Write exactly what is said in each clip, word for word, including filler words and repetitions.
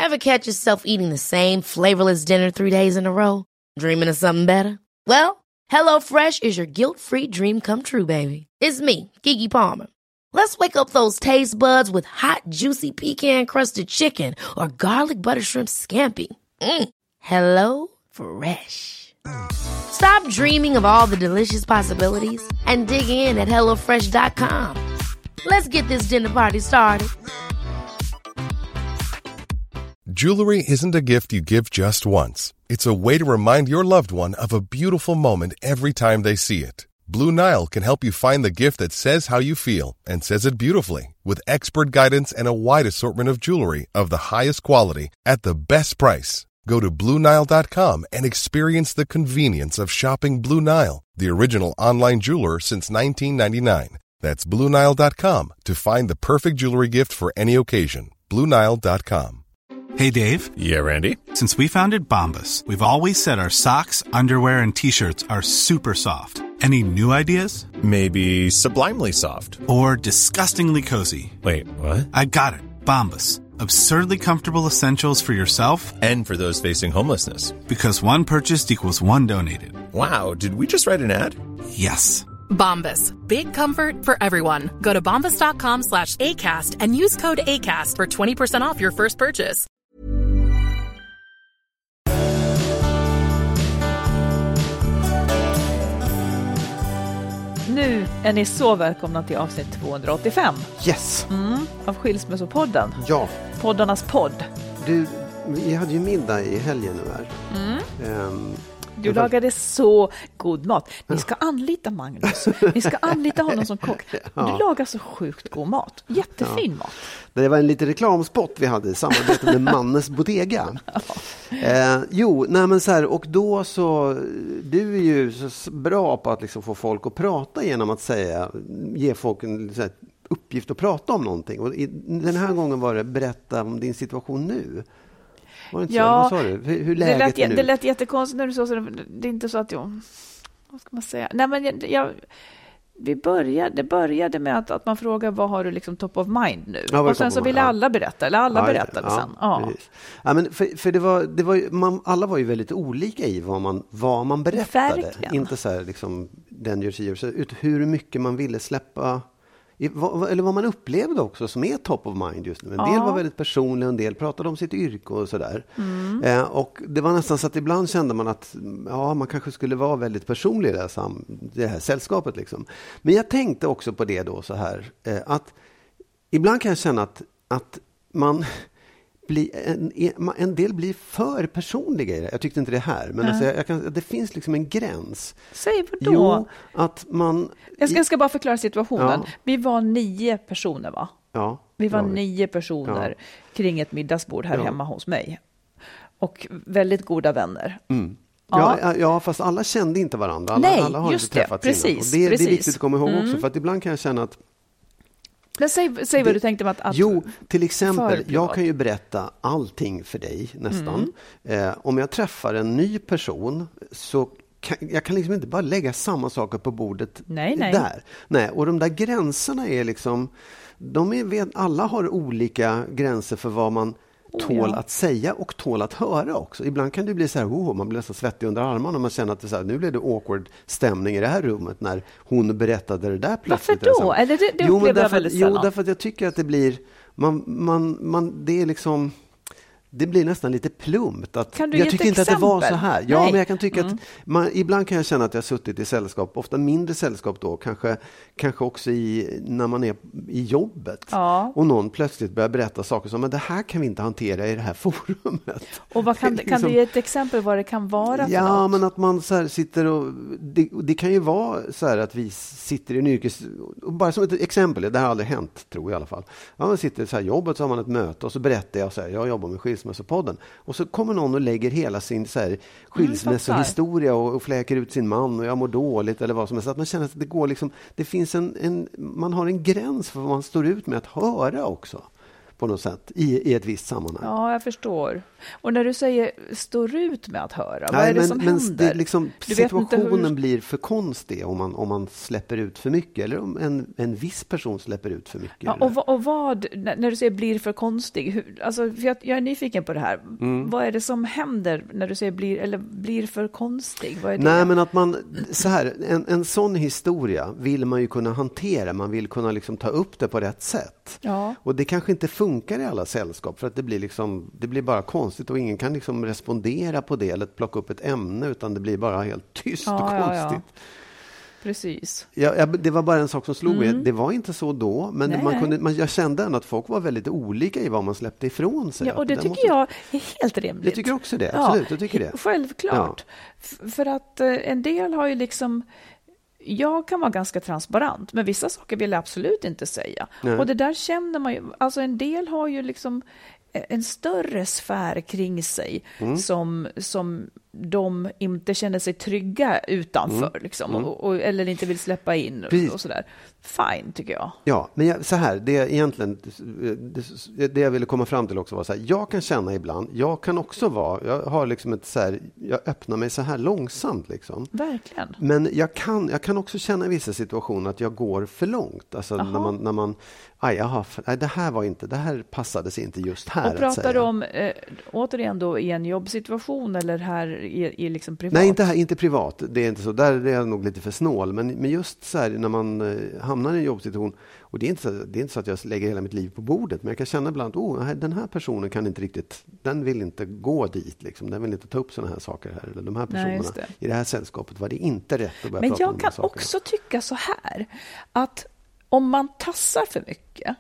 Ever catch yourself eating the same flavorless dinner three days in a row? Dreaming of something better? Well, HelloFresh is your guilt-free dream come true, baby. It's me, Keke Palmer. Let's wake up those taste buds with hot, juicy pecan-crusted chicken or garlic butter shrimp scampi. Mm. Hello Fresh. Stop dreaming of all the delicious possibilities and dig in at hello fresh dot com. Let's get this dinner party started. Jewelry isn't a gift you give just once. It's a way to remind your loved one of a beautiful moment every time they see it. Blue Nile can help you find the gift that says how you feel and says it beautifully, with expert guidance and a wide assortment of jewelry of the highest quality at the best price. Go to blue nile dot com and experience the convenience of shopping Blue Nile, the original online jeweler since nineteen ninety-nine. That's blue nile dot com to find the perfect jewelry gift for any occasion. blue nile dot com. Hey, Dave. Yeah, Randy. Since we founded Bombas, we've always said our socks, underwear, and T-shirts are super soft. Any new ideas? Maybe sublimely soft. Or disgustingly cozy. Wait, what? I got it. Bombas. Absurdly comfortable essentials for yourself and for those facing homelessness. Because one purchased equals one donated. Wow, did we just write an ad? Yes. Bombas. Big comfort for everyone. Go to bombas dot com slash ACAST and use code ACAST for twenty percent off your first purchase. Nu är ni så välkomna till avsnitt tvåhundraåttiofem. Yes. Mm, av Skilsmässopodden. Ja. Poddarnas podd. Du, vi hade ju middag i helgen nu här. Mm. Um, du lagade så god mat. Ni ska anlita Magnus. Ni ska anlita honom som kock. Ja. Du lagar så sjukt god mat. Jättefin ja. mat. Det var en liten reklamspot vi hade i samarbete med Mannes Bodega. Ja. Eh, jo, nej men så här, och då så, du är ju så bra på att liksom få folk att prata genom att säga, ge folk en så här, uppgift att prata om någonting. Och i, den här gången var det berätta om din situation nu. Var det inte ja, så? Vad sa du? Hur, hur läget det lät, är nu? Det lät jättekonstigt när du sa så. Det är inte så att jag... Vad ska man säga? Nej, men jag... jag vi började, det började med att, att man frågar vad har du liksom top of mind nu? Ja, och sen så ville alla berätta, eller alla ja, berättade ja, sen. Ja. Ja, men för, för det var, det var ju, man, alla var ju väldigt olika i vad man, vad man berättade. Verkligen. Inte så här liksom, den gör sig, ut hur mycket man ville släppa... Eller vad man upplevde också som är top of mind just nu. En del ja. var väldigt personliga, en del pratade om sitt yrke och sådär. Mm. Eh, och det var nästan så att ibland kände man att ja, man kanske skulle vara väldigt personlig i det här, sam- det här sällskapet. Liksom. Men jag tänkte också på det då så här. Eh, att ibland kan jag känna att, att man... Bli, en, en del blir för personliga i det. Jag tyckte inte det här. Men mm. alltså jag, jag kan, det finns liksom en gräns. Säg vad då? Jo, att man... Jag ska, jag ska bara förklara situationen. Ja. Vi var nio personer va? Ja. Vi var ja. nio personer ja. kring ett middagsbord här ja. hemma hos mig. Och väldigt goda vänner. Mm. Ja. Ja, ja, fast alla kände inte varandra. Alla, Nej, alla har just inte träffats det. Precis, innan. Och det, precis. det är viktigt att komma ihåg mm. också. För att ibland kan jag känna att Men säg, säg vad det, du tänkte om att, att... Jo, till exempel, jag kan ju berätta allting för dig nästan. Mm. Eh, om jag träffar en ny person så kan, jag kan liksom inte bara lägga samma saker på bordet nej, nej. där. Nej, och de där gränserna är liksom... De är, alla har olika gränser för vad man oh, tål ja. att säga och tål att höra också. Ibland kan det bli så här, oh, man blir så svettig under armarna och man känner att det så här, nu blev det awkward stämning i det här rummet när hon berättade det där plötsligt. Varför då? Eller det, det jo, men därför, väldigt jo, därför att jag tycker att det blir, man, man, man, det är liksom... Det blir nästan lite plumpt. Att, kan du jag ge tycker ett inte exempel? Att det var så här. Ja, Nej. men jag kan tycka mm. att man, ibland kan jag känna att jag har suttit i sällskap, ofta mindre sällskap då, kanske, kanske också i, när man är i jobbet. Ja. Och någon plötsligt börjar berätta saker som, men det här kan vi inte hantera i det här forumet. Och vad kan, liksom, kan du ge ett exempel vad det kan vara för Ja, något? men att man så här sitter och, det, det kan ju vara så här att vi sitter i en yrkes, bara som ett exempel, det här har aldrig hänt, tror jag i alla fall. Ja, man sitter så här jobbet, så har man ett möte och så berättar jag så här, jag jobbar med Skilsmässopodden. Och så kommer någon och lägger hela sin så här skilsmässohistoria och, och fläker ut sin man och jag mår dåligt eller vad som helst. Så att man känner att det går liksom, det finns en, en, man har en gräns för vad man står ut med att höra också. på något sätt i, i ett visst sammanhang. Ja, jag förstår. Och när du säger står ut med att höra, vad Nej, är det men, som men händer? Det, liksom, Du vet situationen hur... blir för konstig om man, om man släpper ut för mycket, eller om en, en viss person släpper ut för mycket. Ja, och, vad, och vad, när du säger blir för konstig, hur, alltså, för jag, jag är nyfiken på det här. Mm. Vad är det som händer när du säger blir, eller blir för konstig? Vad är det? Nej, men att man, så här, en, en sån historia vill man ju kunna hantera, man vill kunna liksom ta upp det på rätt sätt. Ja. Och det kanske inte funkar i alla sällskap, för att det blir, liksom, det blir bara konstigt och ingen kan liksom respondera på det eller plocka upp ett ämne, utan det blir bara helt tyst ja, och konstigt. Ja, ja. Precis. Ja, ja, det var bara en sak som slog mig. Mm. Det var inte så då, men man kunde, man, jag kände ändå att folk var väldigt olika i vad man släppte ifrån sig. Ja, och det tycker måste... jag är helt rimligt. Jag tycker också det, absolut. Ja, jag tycker det. Självklart. Ja. F- för att eh, en del har ju liksom... Jag kan vara ganska transparent, men vissa saker vill jag absolut inte säga. Nej. Och det där känner man ju... Alltså en del har ju liksom en större sfär kring sig mm. som, som de inte känner sig trygga utanför. Mm. Liksom, mm. och, och, eller inte vill släppa in. Och, och sådär. Fine, tycker jag. Ja, men jag, så här, det egentligen det, det jag ville komma fram till också var så här, jag kan känna ibland, jag kan också vara, jag har liksom ett så här, jag öppnar mig så här långsamt liksom. Verkligen. Men jag kan, jag kan också känna i vissa situationer att jag går för långt. Alltså Aha. när man, när man aj, jaha, nej, det här var inte, det här passade sig inte just här. Och pratar du om, äh, återigen då, i en jobbsituation eller här i, i liksom privat? Nej, inte, här, inte privat. Det är inte så. Där är jag nog lite för snål. Men, men just så här, när man äh, hamnar i en jobbsituation, och det är, inte så, det är inte så att jag lägger hela mitt liv på bordet, men jag kan känna ibland, oh, den här personen kan inte riktigt, den vill inte gå dit, liksom. Den vill inte ta upp sådana här saker här. Eller de här personerna Nej, det. i det här sällskapet var det inte rätt att börja men prata om jag kan sakerna. också tycka så här, att om man tassar för mycket,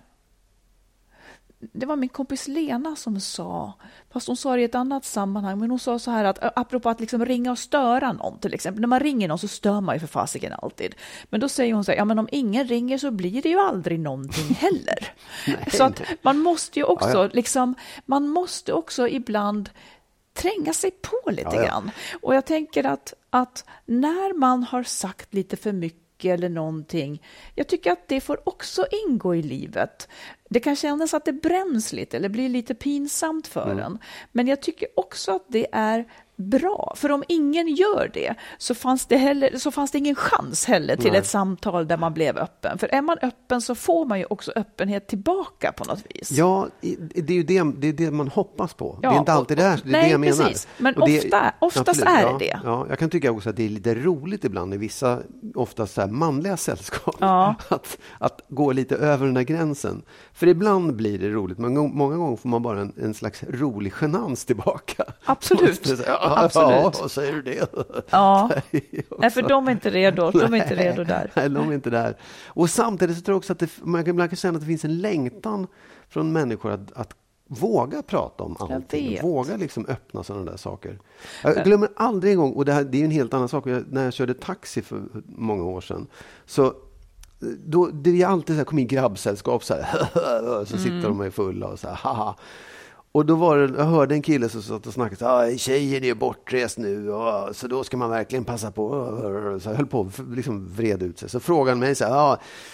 det var min kompis Lena som sa, fast hon sa det i ett annat sammanhang, men hon sa så här att apropå att liksom ringa och störa någon till exempel, när man ringer någon så stör man ju för fasiken alltid, men då säger hon så här, ja men om ingen ringer så blir det ju aldrig någonting heller. Nej, så att man måste ju också ja, ja. liksom, man måste också ibland tränga sig på lite ja, ja. grann, och jag tänker att, att när man har sagt lite för mycket eller någonting, jag tycker att det får också ingå i livet. Det kan kännas att det bränns lite eller blir lite pinsamt för mm. en. Men jag tycker också att det är bra. För om ingen gör det så fanns det, heller, så fanns det ingen chans heller till Nej. ett samtal där man blev öppen. För är man öppen så får man ju också öppenhet tillbaka på något vis. Ja, det är ju det, det, är det man hoppas på. Ja, det är inte alltid det här, det är nej, det jag menar. Precis. Men och det, ofta, oftast absolut, är ja, det det. Ja, jag kan tycka också att det är lite roligt ibland i vissa, oftast så här manliga sällskap, ja. att, att gå lite över den här gränsen. För ibland blir det roligt, men många gånger får man bara en, en slags rolig genans tillbaka. Absolut. Säga, ja, Absolut. Ja, vad säger du det? Ja, nej, för de är inte redo. De är inte redo där. Nej, de är inte där. Och samtidigt så tror jag också att det, man kan ibland känna att det finns en längtan från människor att, att våga prata om allting. Våga liksom öppna sådana där saker. Jag glömmer aldrig en gång, och det, här, det är en helt annan sak, när jag körde taxi för många år sedan, så då, det är alltid så här, kom in grabbsällskap så här, så sitter mm. de och är fulla och så här, haha. Och då var det, jag hörde en kille som satt och snackade, ah, tjejen är bortrest nu, och, så då ska man verkligen passa på. Så jag höll på att liksom vred ut sig. Så frågade han mig så här, ah,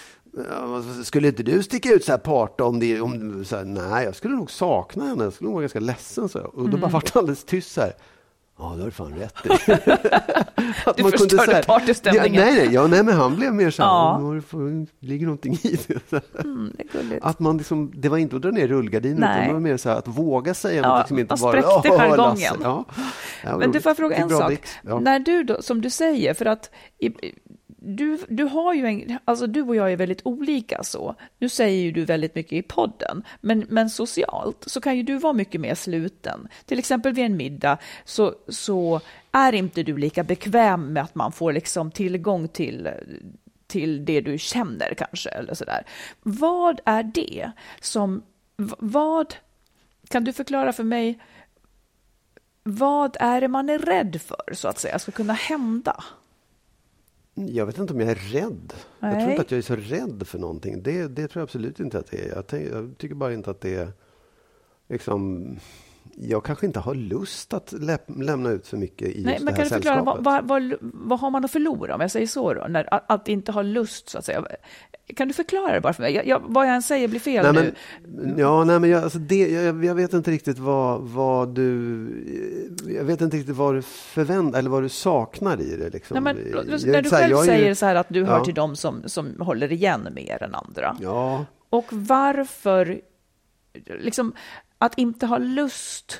skulle inte du sticka ut så här part om det, om, så här, nej, jag skulle nog sakna henne, jag skulle nog vara ganska ledsen. Så. Och då mm. bara var det alldeles tyst så här. Ja, det har du fan rätt i. Att du man förstörde kunde, partystämningen. Ja, nej, nej, ja, nej, men han blev mer så här, ja. Det ligger någonting i det. Mm, det är gulligt. Att man liksom, det var inte att dra ner rullgardinen, utan det var mer så här att våga säga ja, något som inte bara... Man spräckte jargongen. Ja. Ja, men du får fråga en sak. Ja. När du då, som du säger, för att i, du, du har ju en, alltså du och jag är väldigt olika så. Nu säger ju du väldigt mycket i podden, men, men socialt så kan ju du vara mycket mer sluten. Till exempel vid en middag så, så är inte du lika bekväm med att man får liksom tillgång till, till det du känner kanske, eller sådär. Vad är det som, vad, kan du förklara för mig, vad är det man är rädd för, så att säga, ska kunna hända? Jag vet inte om jag är rädd. Nej. Jag tror inte att jag är så rädd för någonting. Det, det tror jag absolut inte att det är. Jag, tänk, jag tycker bara inte att det är liksom Jag kanske inte har lust att lä- lämna ut för mycket i Nej, just men det här kan du förklara, sällskapet. vad, vad, vad, vad har man att förlora om jag säger så då? När, att, att inte ha lust så att säga. Kan du förklara det bara för mig? Jag, jag, vad jag än säger blir fel nej, nu. Men, ja, nej, men jag, alltså det, jag, jag vet inte riktigt vad, vad du... Jag vet inte riktigt vad du förväntar eller vad du saknar i det. Liksom. Nej, men, jag, när du så här, själv jag säger ju, så här att du hör ja. till dem som, som håller igen mer än andra. Ja. Och varför, liksom, att inte ha lust...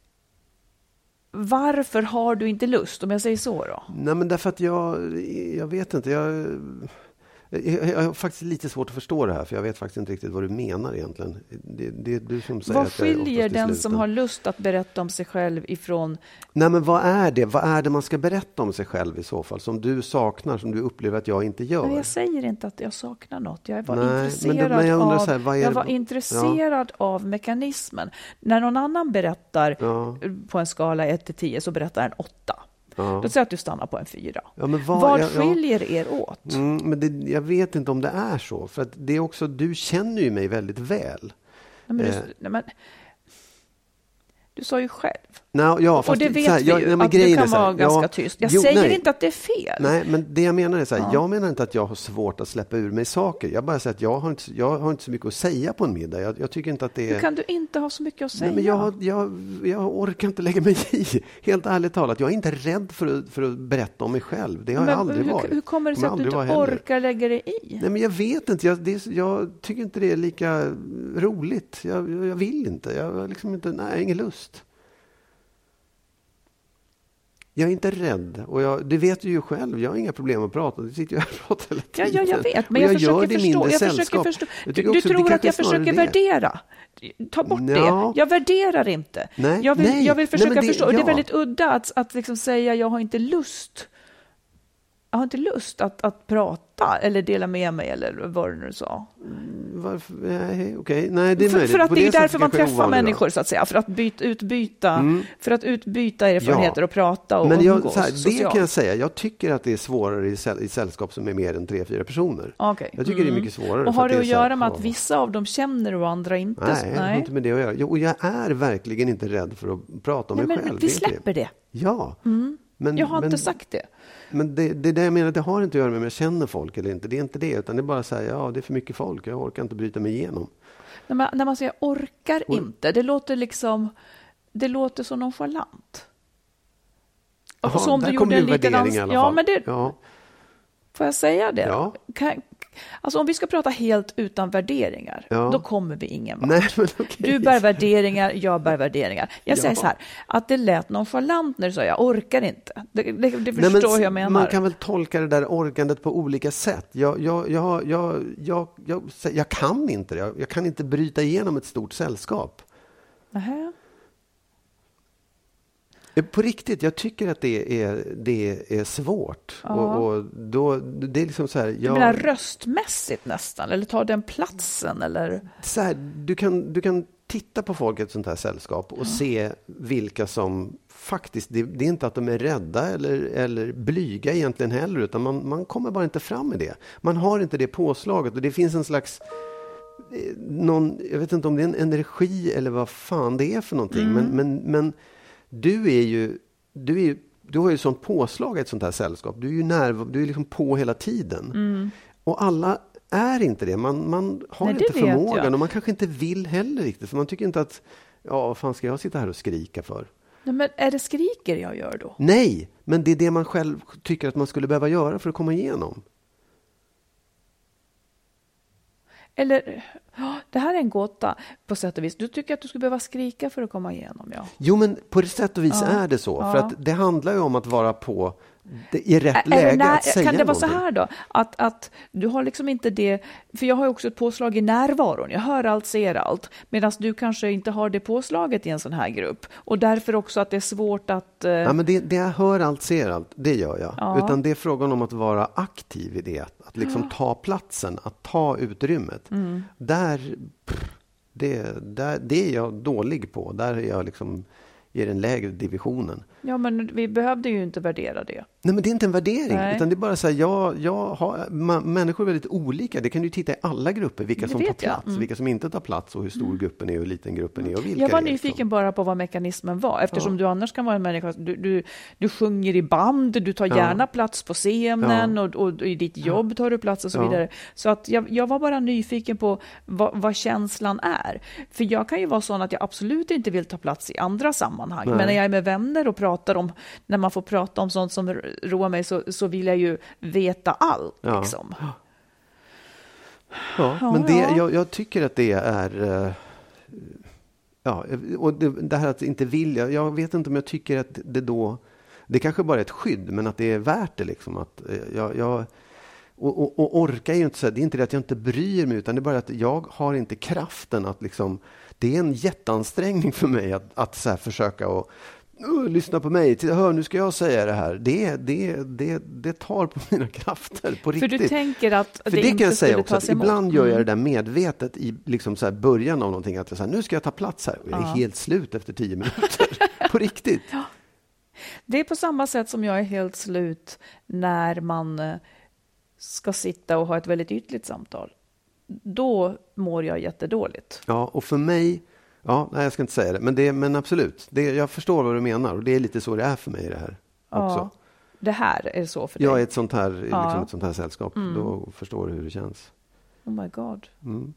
Varför har du inte lust, om jag säger så då? Nej, men därför att jag, jag vet inte, jag, jag, jag har faktiskt lite svårt att förstå det här, för jag vet faktiskt inte riktigt vad du menar egentligen. Det, det är du som säger vad att jag är skiljer oftast i den sluten. som har lust att berätta om sig själv ifrån... Nej, men vad är det? Vad är det man ska berätta om sig själv i så fall, som du saknar, som du upplever att jag inte gör? Nej, jag säger inte att jag saknar något. Jag var Nej, intresserad, men det, men jag undrar av, så här, vad är jag det- var intresserad ja. av mekanismen. När någon annan berättar Ja. på en skala ett till tio så berättar en åtta. Ja. Då säger jag att du stannar på en fyra. Ja, men vad, vad jag, skiljer er åt? Mm, men det, jag vet inte om det är så, för att det är också, du känner ju mig väldigt väl. Nej, men du, Eh. nej, men, du sa ju själv. Nej, ja, fast och det vet så här, vi jag, ju, nej, men att du grejen är kan så här, vara ganska ja, tyst. Jag jo, säger nej. inte att det är fel. Nej, men det jag menar är så här, Ja. jag menar inte att jag har svårt att släppa ur mig saker. Jag bara säger att jag har inte, jag har inte så mycket att säga på en middag. Jag, jag tycker inte att det är... Hur kan du inte ha så mycket att säga? Nej, men jag, jag, jag orkar inte lägga mig i. Helt ärligt talat, jag är inte rädd för att, för att berätta om mig själv. Det har men jag aldrig hur, varit. Hur kommer det sig Kommer att du aldrig inte vara heller. orkar lägga dig i? Nej, men jag vet inte. Jag, det är, jag tycker inte det är lika roligt. Jag, jag, jag vill inte. Jag har liksom inte, nej, jag har ingen lust. Jag är inte rädd. Och jag, det vet du ju själv. Jag har inga problem att prata. Du sitter ju här och pratar hela Ja, tiden. ja, jag vet. Men Och jag, försöker gör det i förstå. mindre Jag försöker sällskap. förstå. Jag Du, tycker du också det tror kanske att jag är snarare försöker det. värdera. Ta bort Ja. det. Jag värderar inte. Nej, jag, vill, nej. jag vill försöka Nej, men det- förstå. Det är ja. väldigt udda att, att liksom säga jag har inte lust. Jag har inte lust att, att prata eller dela med mig eller vad du nu sa. Varför? Nej, okej. Nej, det är För, möjligt. för att På det är sättet därför man kanske är träffar ovanligt, människor då. så att säga. För att byta, utbyta, Mm. för att utbyta erfarenheter Ja. och prata och Men jag, umgås så här, det socialt. kan jag säga. Jag tycker att det är svårare i, säll, i sällskap som är mer än tre, fyra personer. Okej. Jag tycker det är mycket svårare. Och för har det är att så här, göra med att ja. vissa av dem känner och andra inte? Nej, det har inte med det att göra. Jo, och jag är verkligen inte rädd för att prata om Nej, mig men själv. vi Det är inte släpper det. Ja. Men, Jag har men, inte sagt det. Men det, det är det jag menar, det har inte att göra med om jag känner folk eller inte. Det är inte det, utan det är bara att säga, ja, det är för mycket folk. Jag orkar inte bryta mig igenom. När man, när man säger orkar Or- inte, det låter liksom, det låter så nonchalant. Och Jaha, så om där du kommer gjorde en ju liten värdering ans- i alla Ja, fall. men det, Ja. får jag säga det? Ja. Kan, alltså om vi ska prata helt utan värderingar, Ja. då kommer vi ingen vart. Nej, men okej. Du bär värderingar, jag bär värderingar. Jag Ja. säger så här, att det lät nonchalant när du sa jag orkar inte. Det, det, det Nej, förstår men hur jag menar. Man kan väl tolka det där orkandet på olika sätt. Jag, jag, jag, jag, jag, jag, jag kan inte det. Jag, jag kan inte bryta igenom ett stort sällskap. Nähä. På riktigt, jag tycker att det är, det är svårt. Ja. Och, och då, det är liksom så här, Du jag, menar röstmässigt nästan? Eller tar den platsen? Eller? så här, du, kan, du kan titta på folk i ett sånt här sällskap och se vilka som faktiskt, det, det är inte att de är rädda eller, eller blyga egentligen heller, utan man, man kommer bara inte fram med det. Man har inte det påslaget och det finns en slags eh, någon, jag vet inte om det är en energi eller vad fan det är för någonting, Mm. men, men, men du är ju, du är ju du har ju sånt påslag i ett sånt här sällskap. Du är ju närv- du är liksom på hela tiden. Mm. Och alla är inte det. Man, man har Nej, det inte vet förmågan jag. och man kanske inte vill heller riktigt. För man tycker inte att, ja, vad fan ska jag sitta här och skrika för? Nej, men är det skriker jag gör då? Nej, men det är det man själv tycker att man skulle behöva göra för att komma igenom. Eller, ja, det här är en gåta på sätt och vis. Du tycker att du skulle behöva skrika för att komma igenom, ja. Jo, men på ett sätt och vis Ja. är det så. Ja. För att det handlar ju om att vara på det, i rätt Är det läge när, att säga kan det vara någonting. så här då? Att, att du har liksom inte det, för jag har ju också ett påslag i närvaron. Jag hör allt, ser allt. Medan du kanske inte har det påslaget i en sån här grupp. Och därför också att det är svårt att... Eh, Ja, men det, det jag hör allt, ser allt, det gör jag. Ja. Utan det är frågan om att vara aktiv i det. Att, att liksom ta platsen, att ta utrymmet. Mm. Där, pff, det, där, det är jag dålig på. Där är jag liksom i den lägre divisionen. ja, men vi behövde ju inte värdera det. Nej, men det är inte en värdering, Nej. utan det är bara så här, jag, jag har, ma- människor är väldigt olika. Det kan du titta i alla grupper, vilka Det som tar vet jag. plats, Mm. vilka som inte tar plats och hur stor Mm. gruppen är och hur liten gruppen är och vilka Jag var det är, nyfiken liksom. bara på vad mekanismen var, eftersom Ja. du annars kan vara en människa, du, du, du sjunger i band, du tar Ja. gärna plats på scenen Ja. och, och i ditt jobb tar du plats och så Ja. vidare. Så att jag, jag var bara nyfiken på vad, vad känslan är. För jag kan ju vara sån att jag absolut inte vill ta plats i andra sammanhang. Nej. Men när jag är med vänner och pratar om, när man får prata om sånt som roar mig, så, så vill jag ju veta allt. Ja. Liksom. Ja, Ja, men det, ja. jag, jag tycker att det är... eh, Ja, och det, det här att inte vilja... Jag vet inte om jag tycker att det då... Det kanske bara är ett skydd, men att det är värt det. Liksom, att eh, jag, jag, och, och, och orkar ju inte så här, det är inte det att jag inte bryr mig, utan det är bara att jag har inte kraften att liksom... Det är en jätteansträngning för mig att, att så här försöka och... Uh, lyssna på mig, Titta, hör, nu ska jag säga det här. Det, det, det, det tar på mina krafter på riktigt. För du tänker att För det, det inte kan jag säga skulle också, tas att emot. ibland gör jag Mm. det där medvetet i liksom så här början av någonting, att jag säger, nu ska jag ta plats här. Och jag är Ja. helt slut efter tio minuter. På riktigt. Det är på samma sätt som jag är helt slut när man eh, ska sitta och ha ett väldigt ytligt samtal. Då mår jag jättedåligt. Ja, och för mig, ja, nej, jag ska inte säga det, men, det, men absolut, det, jag förstår vad du menar, och det är lite så det är för mig det här också. Ja, det här är så för dig. Jag är ett sånt här, Ja. liksom ett sånt här sällskap, Mm. då förstår du hur det känns. Oh my god. Mm.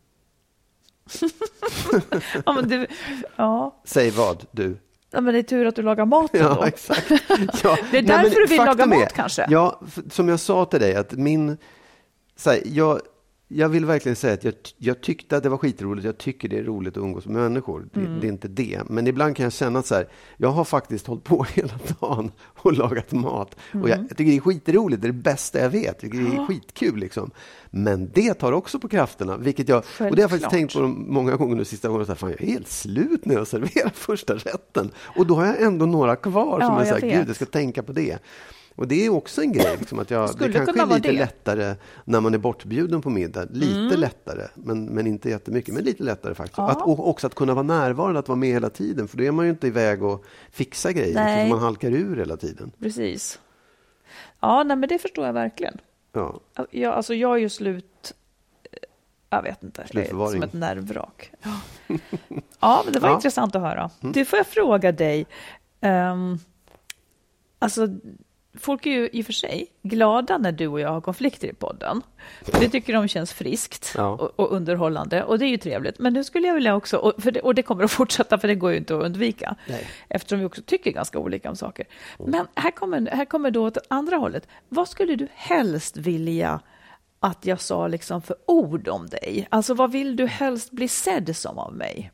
Ja, men du, ja. Säg vad, du. Ja, men det är tur att du lagar mat Ja, då. exakt. Ja. Det är Nej, därför men du vill laga faktum mat är, kanske. Ja, f- som jag sa till dig, att min... Så här, jag, jag vill verkligen säga att jag, jag tyckte att det var skitroligt. Jag tycker det är roligt att umgås med människor. Det, Mm. det är inte det. Men ibland kan jag känna att så här, jag har faktiskt hållit på hela dagen och lagat mat. Mm. Och jag, jag tycker det är skitroligt. Det är det bästa jag vet. Jag tycker det är Ja. skitkul. Liksom. Men det tar också på krafterna. Vilket jag, och det har jag faktiskt Självklart. tänkt på många gånger nu sista gången. Så här, fan, jag är helt slut när jag serverar första rätten. Och då har jag ändå några kvar Ja, som är så här, jag vet. gud, jag ska tänka på det. Och det är också en grej, liksom, att jag, det, skulle kanske kunna är vara lite det. lättare när man är bortbjuden på middag. Lite Mm. lättare, men, men inte jättemycket. Men lite lättare faktiskt. Ja. Att, och också att kunna vara närvarande, att vara med hela tiden. För då är man ju inte iväg och fixar grejer. Nej. Så man halkar ur hela tiden. Precis. Ja, nej, men det förstår jag verkligen. Ja. Jag, alltså, jag är ju slut... Jag vet inte. Jag är Slutförvaring. som ett nervvrak. Ja, ja men det var Ja. intressant att höra. Mm. Du, får jag fråga dig... Um, alltså, folk är ju i och för sig glada när du och jag har konflikter i podden. Det tycker de känns friskt Ja. och, och underhållande. Och det är ju trevligt. Men nu skulle jag vilja också... Och, för det, och det kommer att fortsätta, för det går ju inte att undvika. Nej. Eftersom vi också tycker ganska olika om saker. Men här kommer, här kommer då åt andra hållet. Vad skulle du helst vilja att jag sa liksom för ord om dig? Alltså, vad vill du helst bli sedd som av mig?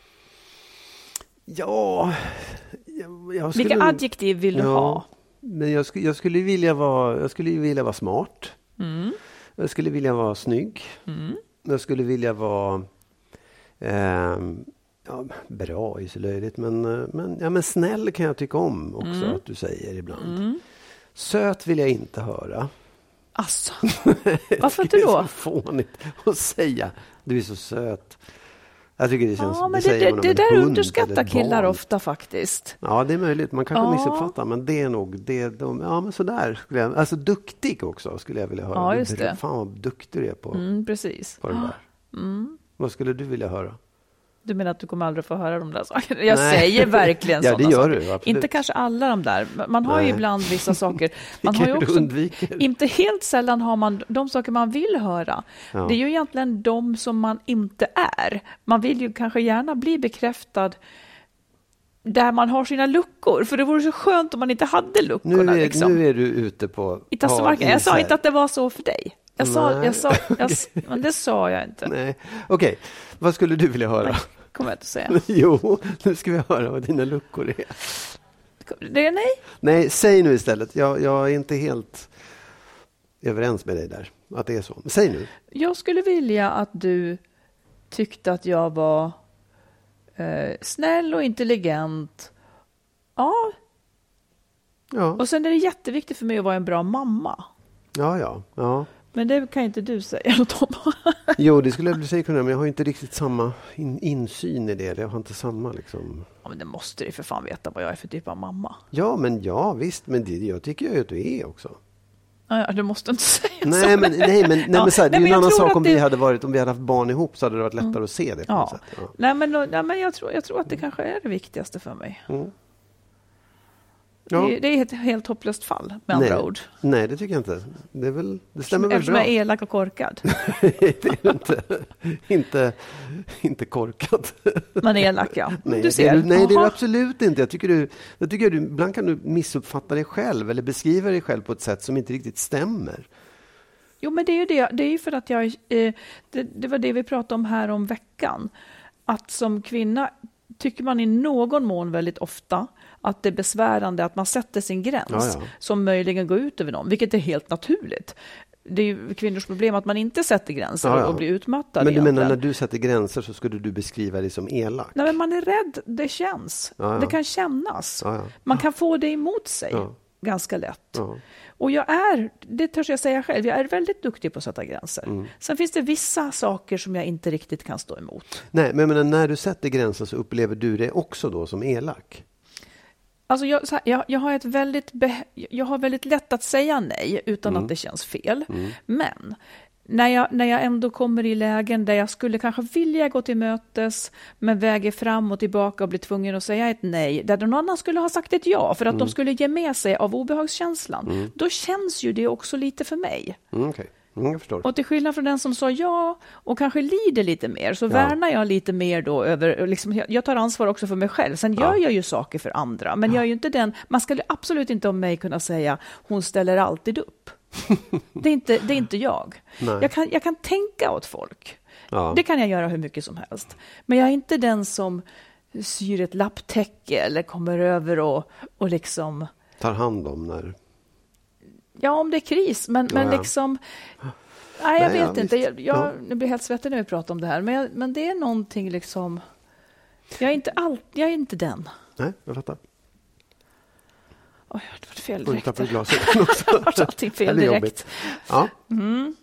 Ja, jag, jag skulle... Vilka adjektiv vill du ja, ha? Men jag, skulle, jag skulle vilja vara, jag skulle vilja vara smart. Mm. Jag skulle vilja vara snygg. Mm. Jag skulle vilja vara ehm, ja, bra är så löjligt, men, eh, men, ja, men snäll kan jag tycka om också, Mm. att du säger ibland. Mm. Söt vill jag inte höra. Alltså, varför inte Det är då? så fånigt att säga. Du är så söt. Jag tycker det känns... Ja, men säger det, man det, om det en där hund underskattar eller ett killar barn. ofta faktiskt. Ja, det är möjligt. Man kanske Ja. missuppfattar, men det är nog det. De, ja, men sådär. Skulle jag, alltså duktig också skulle jag vilja höra. Ja, Du- just det. Fan vad duktig du är på, Mm, precis. på det där. Mm. Vad skulle du vilja höra? Du menar att du kommer aldrig få höra de där sakerna? Jag Nej. säger verkligen Ja, sådana det gör saker. du, absolut. Inte kanske alla de där. Man har ju Nej. ibland vissa saker. Man Vilka har ju du också, undviker. inte helt sällan har man de saker man vill höra. Ja. Det är ju egentligen de som man inte är. Man vill ju kanske gärna bli bekräftad där man har sina luckor. För det vore så skönt om man inte hade luckorna. Nu är, liksom. nu är du ute på... I tassemarken. Jag sa hal is inte att det var så för dig. Jag sa, Nej. jag sa, jag, men det sa jag inte. Nej. Okej, vad skulle du vilja höra? Nej, kommer jag inte säga. Jo, nu ska vi höra vad dina luckor är. Det är nej. Nej, säg nu istället. Jag, jag är inte helt överens med dig där, att det är så. Men säg nu. Jag skulle vilja att du tyckte att jag var eh, snäll och intelligent. Ja, Ja, och sen är det jätteviktigt för mig att vara en bra mamma. ja, ja. ja. Men det kan inte du säga något om. Jo, det skulle jag säga kunna, men jag har inte riktigt samma in, insyn i det. Jag har inte samma liksom... Ja, men det måste du för fan veta vad jag är för typ av mamma. Ja, men ja, visst. Men det jag tycker jag att du är också. Ja, du måste inte säga nej, så. Men, nej, men, nej, ja. men så här, det är nej, ju en annan sak om det... vi hade varit, om vi hade haft barn ihop så hade det varit lättare mm. att se det på ja. något sätt. Ja. Nej, men, nej, men jag, tror, jag tror att det kanske är det viktigaste för mig. Mm. Ja. Det, det är ett helt hopplöst fall, med andra nej. ord. Nej, det tycker jag inte. Det, är väl, det stämmer väl Eftersom bra. jag är elak och korkad. det är inte, inte, inte korkad. Man är elak, ja. Nej, du ser. Det är, nej, det är du absolut inte. Jag tycker, du, jag tycker du, ibland kan du missuppfatta dig själv eller beskriva dig själv på ett sätt som inte riktigt stämmer. Jo, men det är ju det. Det är ju för att jag... Eh, det, det var det vi pratade om här om veckan. Att som kvinna tycker man i någon mån väldigt ofta att det är besvärande att man sätter sin gräns ja, ja. som möjligen går ut över någon, vilket är helt naturligt. Det är ju kvinnors problem att man inte sätter gränser ja, ja. och blir utmattad. Men du egentligen. menar när du sätter gränser så skulle du beskriva det som elak? Nej, men man är rädd. Det känns. Ja, ja. Det kan kännas. Ja, ja. Man kan få det emot sig ja. ganska lätt. Ja. Och jag är, det törs jag säga själv, jag är väldigt duktig på att sätta gränser. Mm. Sen finns det vissa saker som jag inte riktigt kan stå emot. Nej, men jag menar, när du sätter gränser så upplever du det också då som elak? Alltså jag, här, jag, jag, har ett väldigt be, jag har väldigt lätt att säga nej utan mm. att det känns fel. Mm. Men när jag, när jag ändå kommer i lägen där jag skulle kanske vilja gå till mötes men väger fram och tillbaka och blir tvungen att säga ett nej, där någon annan skulle ha sagt ett ja för att mm. de skulle ge med sig av obehagskänslan, mm. då känns ju det också lite för mig. Mm, okay. Mm, jag förstår. Och till skillnad från den som sa ja och kanske lider lite mer så ja. värnar jag lite mer då över, liksom, jag tar ansvar också för mig själv. Sen ja. gör jag ju saker för andra, men ja. jag är ju inte den, man skulle absolut inte om mig kunna säga hon ställer alltid upp. det, är inte, det är inte jag. Jag kan, jag kan tänka åt folk. Ja. Det kan jag göra hur mycket som helst. Men jag är inte den som syr ett lapptäcke eller kommer över och, och liksom... tar hand om när... Ja, om det är kris. Men, ja, men ja. liksom... Nej, jag Nej, vet ja, inte. Jag, jag, ja. jag blir helt svettig när vi pratar om det här. Men, jag, men det är någonting liksom... Jag är inte, all, jag är inte den. Nej, jag fattar. Oj, det var fel direkt. direkt. Och glaset också. Allting fel direkt. Ja. Mm.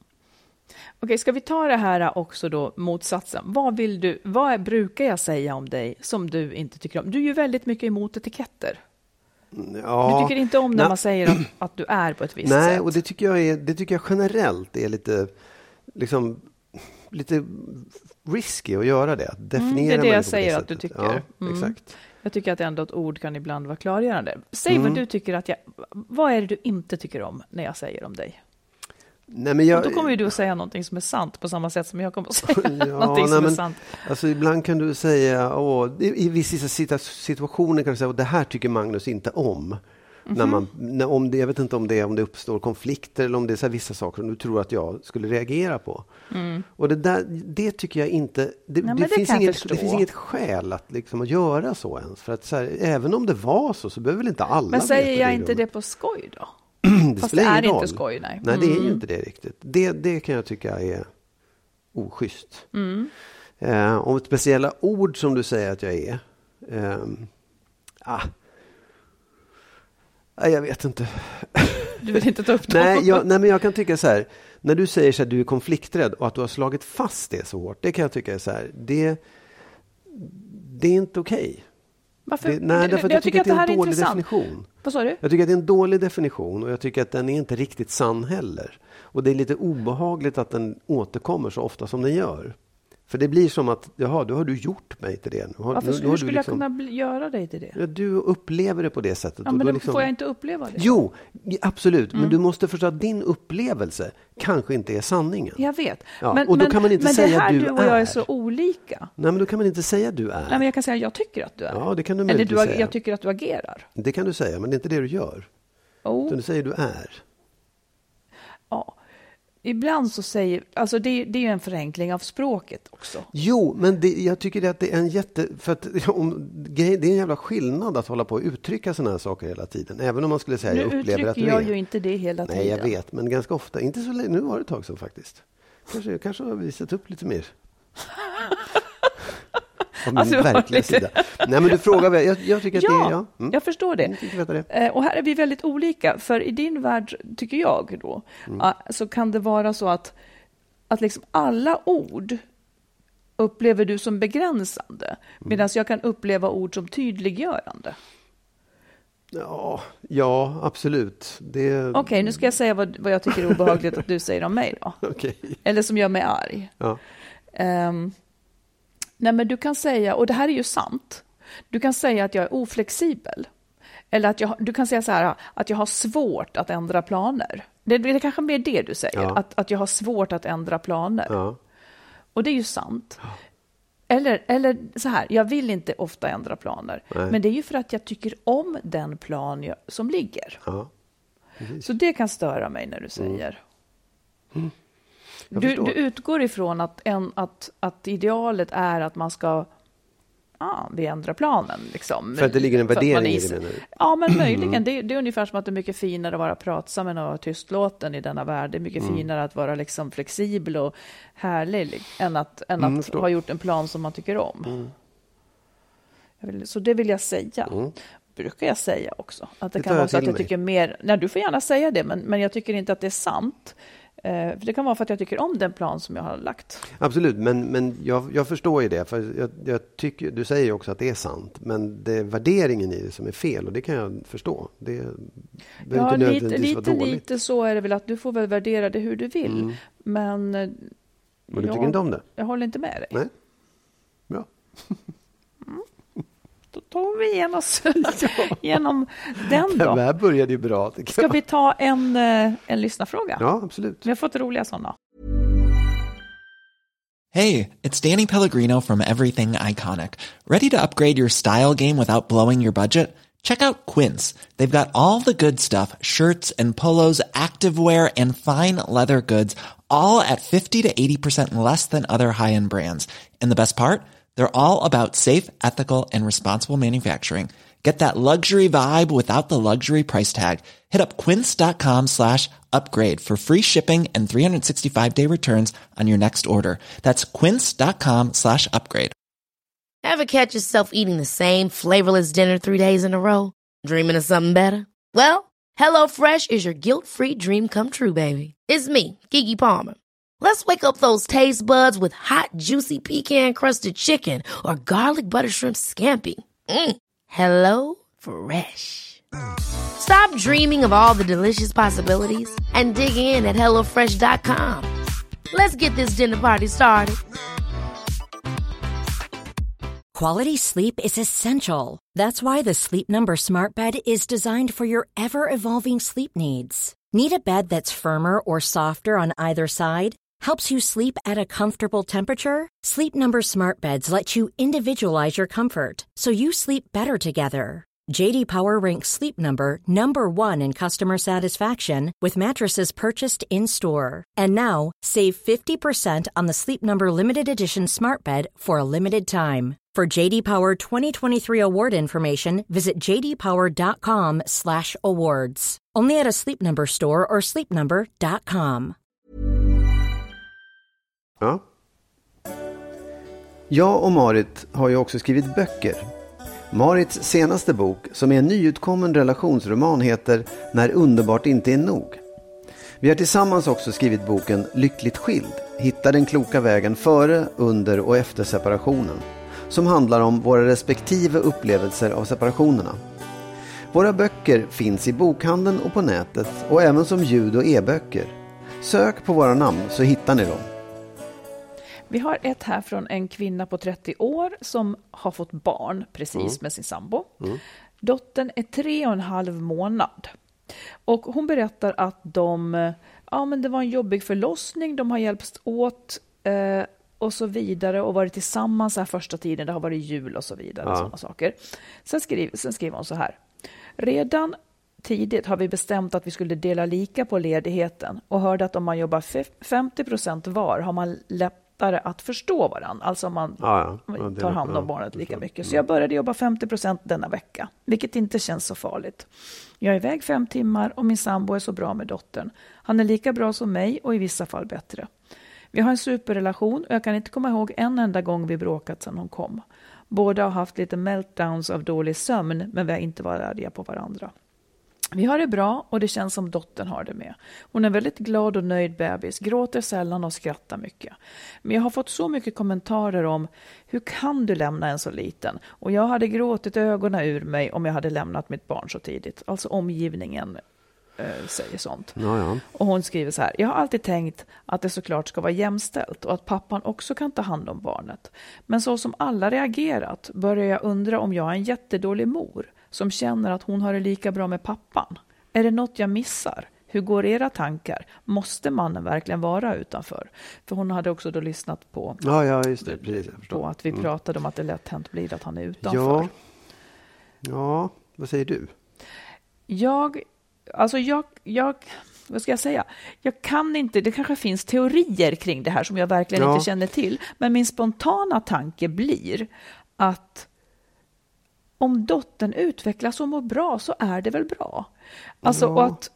Okej, ska vi ta det här också då, motsatsen. Vad vill du, vad brukar jag säga om dig som du inte tycker om? Du är ju väldigt mycket emot etiketter. Ja, du tycker inte om när nej. man säger att, att du är på ett visst nej, sätt. Nej, och det tycker jag är, det tycker jag generellt är lite, liksom, lite risky att göra det. Att definiera mm, det är det jag det säger det att du tycker. Ja, mm. exakt. Jag tycker att ändå ett ord kan ibland vara klargörande. Säg Mm. vad du tycker att jag... Vad är det du inte tycker om när jag säger om dig? Nej, men jag, och då kommer ju du att säga någonting som är sant på samma sätt som jag kommer att säga ja, någonting nej, som men, är sant. Alltså, ibland kan du säga, åh, i vissa situationer kan du säga, det här tycker Magnus inte om. Mm-hmm. När man, när, om det, jag vet inte om det, om det uppstår konflikter eller om det är så här vissa saker som du tror att jag skulle reagera på. Mm. Och det, där, det tycker jag inte, det, nej, det, det, finns, inget, det finns inget skäl att, liksom, att göra så ens. För att så här, även om det var så, så behöver väl inte alla. Men säger jag inte det på skoj då? det Fast det är roll. Inte skoj, nej. Nej, det är ju inte det riktigt. Det, det kan jag tycka är oschysst. Mm. Eh, om speciella ord som du säger att jag är. Eh, ah. Nej, jag vet inte. Du vill inte ta upp dem? nej, jag, nej, men jag kan tycka så här. När du säger så att du är konflikträdd och att du har slagit fast det så hårt. Det kan jag tycka är så här. Det, det är inte okej. Okay. Varför? Det, nej, därför att jag, jag tycker att det, att det är en dålig intressant. definition. Vad sa du? Jag tycker att det är en dålig definition och jag tycker att den är inte riktigt sann heller. Och det är lite obehagligt att den återkommer så ofta som den gör. För det blir som att, jaha, då har du gjort mig till det. Har, Varför nu, hur skulle liksom, jag kunna bli, göra dig till det? Ja, du upplever det på det sättet. Ja, men då liksom, får jag inte uppleva det. Jo, absolut. Mm. Men du måste förstå att din upplevelse kanske inte är sanningen. Jag vet. Ja, men, och då men, kan man inte men säga det här du du och är. jag är så olika. Nej, men då kan man inte säga du är. Nej, men jag kan säga jag tycker att du är. Ja, det kan du Eller du, säga. jag tycker att du agerar. Det kan du säga, men det är inte det du gör. Oh. Utan du säger du är. Ja. Ibland så säger, alltså det, det är ju en förenkling av språket också. Jo, men det, jag tycker att det är en jätte, för att om, det är en jävla skillnad att hålla på och uttrycka sådana här saker hela tiden. Även om man skulle säga nu jag upplever att du är. Nu uttrycker jag ju inte det hela tiden. Nej, jag vet, men ganska ofta. Inte så länge, nu var det ett tag så faktiskt. Kanske, jag kanske har visat upp lite mer. min Alltså, verkliga sida. Nej, men du frågar väl. Jag, jag tycker att ja, det är... Ja, mm. jag förstår det. Jag tycker det. Eh, och här är vi väldigt olika. För i din värld, tycker jag då, mm. uh, så kan det vara så att, att liksom alla ord upplever du som begränsande. Mm. Medan jag kan uppleva ord som tydliggörande. Ja, ja, absolut. Det... Okej, okay, nu ska jag säga vad, vad jag tycker är obehagligt att du säger om mig då. Okay. Eller som gör mig arg. Ja. Um, nej, men du kan säga, och det här är ju sant, du kan säga att jag är oflexibel. Eller att jag, du kan säga så här, att jag har svårt att ändra planer. Det, det är kanske mer det du säger, ja. att, att jag har svårt att ändra planer. Ja. Och det är ju sant. Ja. Eller, eller så här, jag vill inte ofta ändra planer. Nej. Men det är ju för att jag tycker om den plan jag, som ligger. Ja. Så det kan störa mig när du säger. Mm. Mm. Du, du utgår ifrån att, en, att, att idealet är att man ska ja, vi ändrar planen. Liksom. För att det ligger en värdering i det, menar du? Ja, men möjligen. Det, det är ungefär som att det är mycket finare att vara pratsam än att vara tystlåten i denna värld. Det är mycket mm. finare att vara liksom flexibel och härlig än att, än mm, att ha gjort en plan som man tycker om. Mm. Jag vill, så det vill jag säga. Mm. Brukar jag säga också. Att det, det kan vara så att jag mig. tycker mer... Nej, du får gärna säga det, men, men jag tycker inte att det är sant. Eh, för det kan vara för att jag tycker om den plan som jag har lagt. Absolut, men, men jag, jag förstår ju det. För jag, jag tycker, du säger ju också att det är sant. Men det är värderingen i det som är fel. Och det kan jag förstå. Det ja, inte lite, lite, lite så är det väl att du får väl värdera det hur du vill. Mm. Men, men du jag, tycker inte om det? Jag håller inte med dig. Nej, bra. Mm. Då tar vi igen oss genom den då. Det här började ju bra. Ska vi ta en, en lyssnarfråga? Ja, absolut. Vi har fått roliga sådana. Hey, it's Danny Pellegrino from Everything Iconic. Ready to upgrade your style game without blowing your budget? Check out Quince. They've got all the good stuff, shirts and polos, activewear and fine leather goods, all at fifty to eighty percent less than other high-end brands. And the best part? They're all about safe, ethical, and responsible manufacturing. Get that luxury vibe without the luxury price tag. Hit up quince.com slash upgrade for free shipping and three sixty-five day returns on your next order. That's quince.com slash upgrade. Ever catch yourself eating the same flavorless dinner three days in a row? Dreaming of something better? Well, HelloFresh is your guilt-free dream come true, baby. It's me, Keke Palmer. Let's wake up those taste buds with hot, juicy pecan-crusted chicken or garlic butter shrimp scampi. Mm. Hello Fresh. Stop dreaming of all the delicious possibilities and dig in at hello fresh dot com. Let's get this dinner party started. Quality sleep is essential. That's why the Sleep Number Smart Bed is designed for your ever-evolving sleep needs. Need a bed that's firmer or softer on either side? Helps you sleep at a comfortable temperature? Sleep Number Smart Beds let you individualize your comfort, so you sleep better together. J D Power ranks Sleep Number number one in customer satisfaction with mattresses purchased in-store. And now, save fifty percent on the Sleep Number Limited Edition Smart Bed for a limited time. For J D Power twenty twenty-three award information, visit j d power dot com slash awards. Only at a Sleep Number store or sleep number dot com. Ja. Jag och Marit har ju också skrivit böcker. Marits senaste bok, som är en nyutkommen relationsroman, heter När underbart inte är nog. Vi har tillsammans också skrivit boken Lyckligt skild. Hitta den kloka vägen före, under och efter separationen. Som handlar om våra respektive upplevelser av separationerna. Våra böcker finns i bokhandeln och på nätet och även som ljud- och e-böcker. Sök på våra namn så hittar ni dem. Vi har ett här från en kvinna på trettio år som har fått barn precis mm. med sin sambo. Mm. Dottern är tre och en halv månad. Och hon berättar att de, ja, men det var en jobbig förlossning. De har hjälpts åt eh, och så vidare och varit tillsammans här första tiden. Det har varit jul och så vidare. Ja. Och sådana saker. Sen skriver, sen skriver hon så här. Redan tidigt har vi bestämt att vi skulle dela lika på ledigheten och hörde att om man jobbar femtio procent var har man lätt att förstå varandra, alltså om man ja, ja. tar hand om ja, barnet lika mycket. Så jag började jobba femtio procent denna vecka, vilket inte känns så farligt. Jag är iväg fem timmar och min sambo är så bra med dottern. Han är lika bra som mig och i vissa fall bättre. Vi har en superrelation och jag kan inte komma ihåg en enda gång vi bråkat sedan hon kom. Båda har haft lite meltdowns av dålig sömn, men vi har inte varit arga på varandra. Vi har det bra och det känns som dottern har det med. Hon är väldigt glad och nöjd bebis, gråter sällan och skrattar mycket. Men jag har fått så mycket kommentarer om hur kan du lämna en så liten? Och jag hade gråtit ögonen ur mig om jag hade lämnat mitt barn så tidigt. Alltså omgivningen äh, säger sånt. Ja, ja. Och hon skriver så här: jag har alltid tänkt att det såklart ska vara jämställt och att pappan också kan ta hand om barnet. Men så som alla reagerat börjar jag undra om jag är en jättedålig mor som känner att hon har det lika bra med pappan. Är det något jag missar? Hur går era tankar? Måste mannen verkligen vara utanför? För hon hade också då lyssnat på, ja, ja, just det. Precis, jag förstår. på att vi mm. pratade om att det lätt hänt blir att han är utanför. Ja. ja, vad säger du? Jag, alltså jag, jag, vad ska jag säga? Jag kan inte, det kanske finns teorier kring det här som jag verkligen ja. inte känner till. Men min spontana tanke blir att om dottern utvecklas och mår bra så är det väl bra. Alltså ja. och att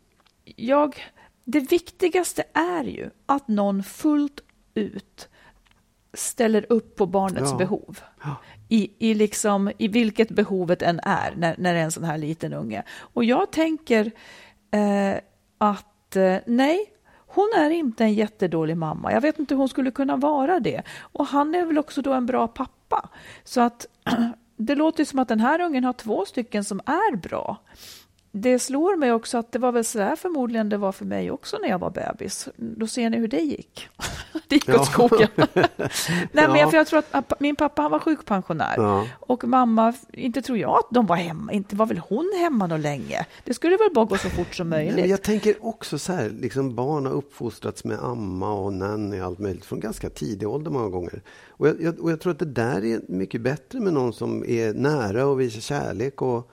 jag, det viktigaste är ju att någon fullt ut ställer upp på barnets ja. behov. Ja. I, i, liksom, i vilket behovet än är när, när det är en sån här liten unge. Och jag tänker eh, att eh, nej, hon är inte en jättedålig mamma. Jag vet inte hur hon skulle kunna vara det. Och han är väl också då en bra pappa. Så att det låter som att den här ungen har två stycken som är bra. Det slår mig också att det var väl så här förmodligen det var för mig också när jag var bebis. Då ser ni hur det gick. Det gick ja. åt skogen. Nej, men jag, för jag tror att min pappa han var sjukpensionär. Ja. Och mamma, inte tror jag att de var hemma. Inte var väl hon hemma någon länge. Det skulle väl bara gå så fort som möjligt. Men jag tänker också så här, liksom barn har uppfostrats med amma och nanny och allt möjligt från ganska tidig ålder många gånger. Och jag, jag, och jag tror att det där är mycket bättre med någon som är nära och visar kärlek och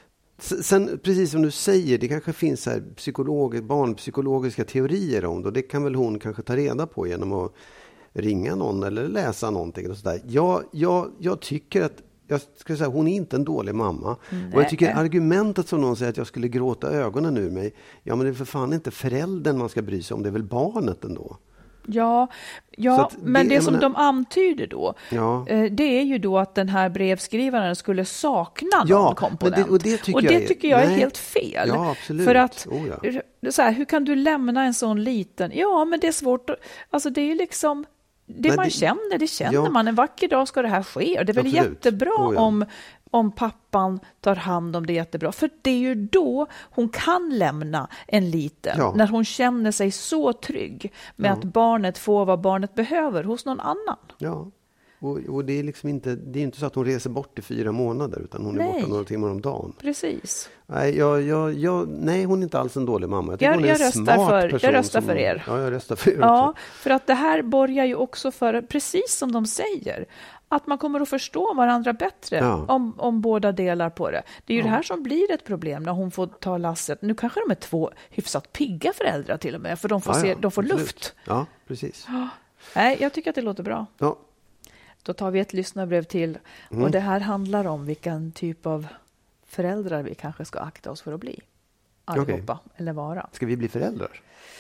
sen, precis som du säger, det kanske finns så här psykolog, barnpsykologiska teorier om det. Och det kan väl hon kanske ta reda på genom att ringa någon eller läsa någonting. Och så där. Jag, jag, jag tycker att jag ska säga, hon är inte en dålig mamma. Nej. Och jag tycker argumentet som någon säger att jag skulle gråta ögonen ur mig. Ja, men det är för fan inte föräldern man ska bry sig om. Det är väl barnet ändå. Ja, ja det, men det som menar, de antyder då, ja. det är ju då att den här brevskrivaren skulle sakna någon ja, komponent. Det, och det tycker och det jag, är, tycker jag är nej. helt fel. Ja, absolut. För att, oh, ja. så här, hur kan du lämna en sån liten? Ja, men det är svårt. Att, alltså det är liksom, det men man det, känner, det känner ja. man. En vacker dag ska det här ske. Och det är väl absolut. jättebra oh, ja. om... om pappan tar hand om det jättebra. För det är ju då hon kan lämna en liten. Ja. När hon känner sig så trygg med ja. att barnet får vad barnet behöver hos någon annan. Ja, och, och det är liksom inte, det är inte så att hon reser bort i fyra månader utan hon är nej. borta några timmar om dagen. Precis. Nej, jag, jag, jag, nej hon är inte alls en dålig mamma. Jag, jag, hon är jag, en röstar, smart för, person jag röstar som, för er. Ja, jag röstar för er ja, också. För att det här borgar ju också för, precis som de säger, att man kommer att förstå varandra bättre ja. om, om båda delar på det. Det är ju ja. det här som blir ett problem när hon får ta lasset. Nu kanske de är två hyfsat pigga föräldrar till och med, för de får, ja, se, ja. de får luft. Ja, precis. Ja. Nej, jag tycker att det låter bra. Ja. Då tar vi ett lyssnarbrev till. Mm. Och det här handlar om vilken typ av föräldrar vi kanske ska akta oss för att bli. Allihopa, okay. eller vara. Ska vi bli föräldrar?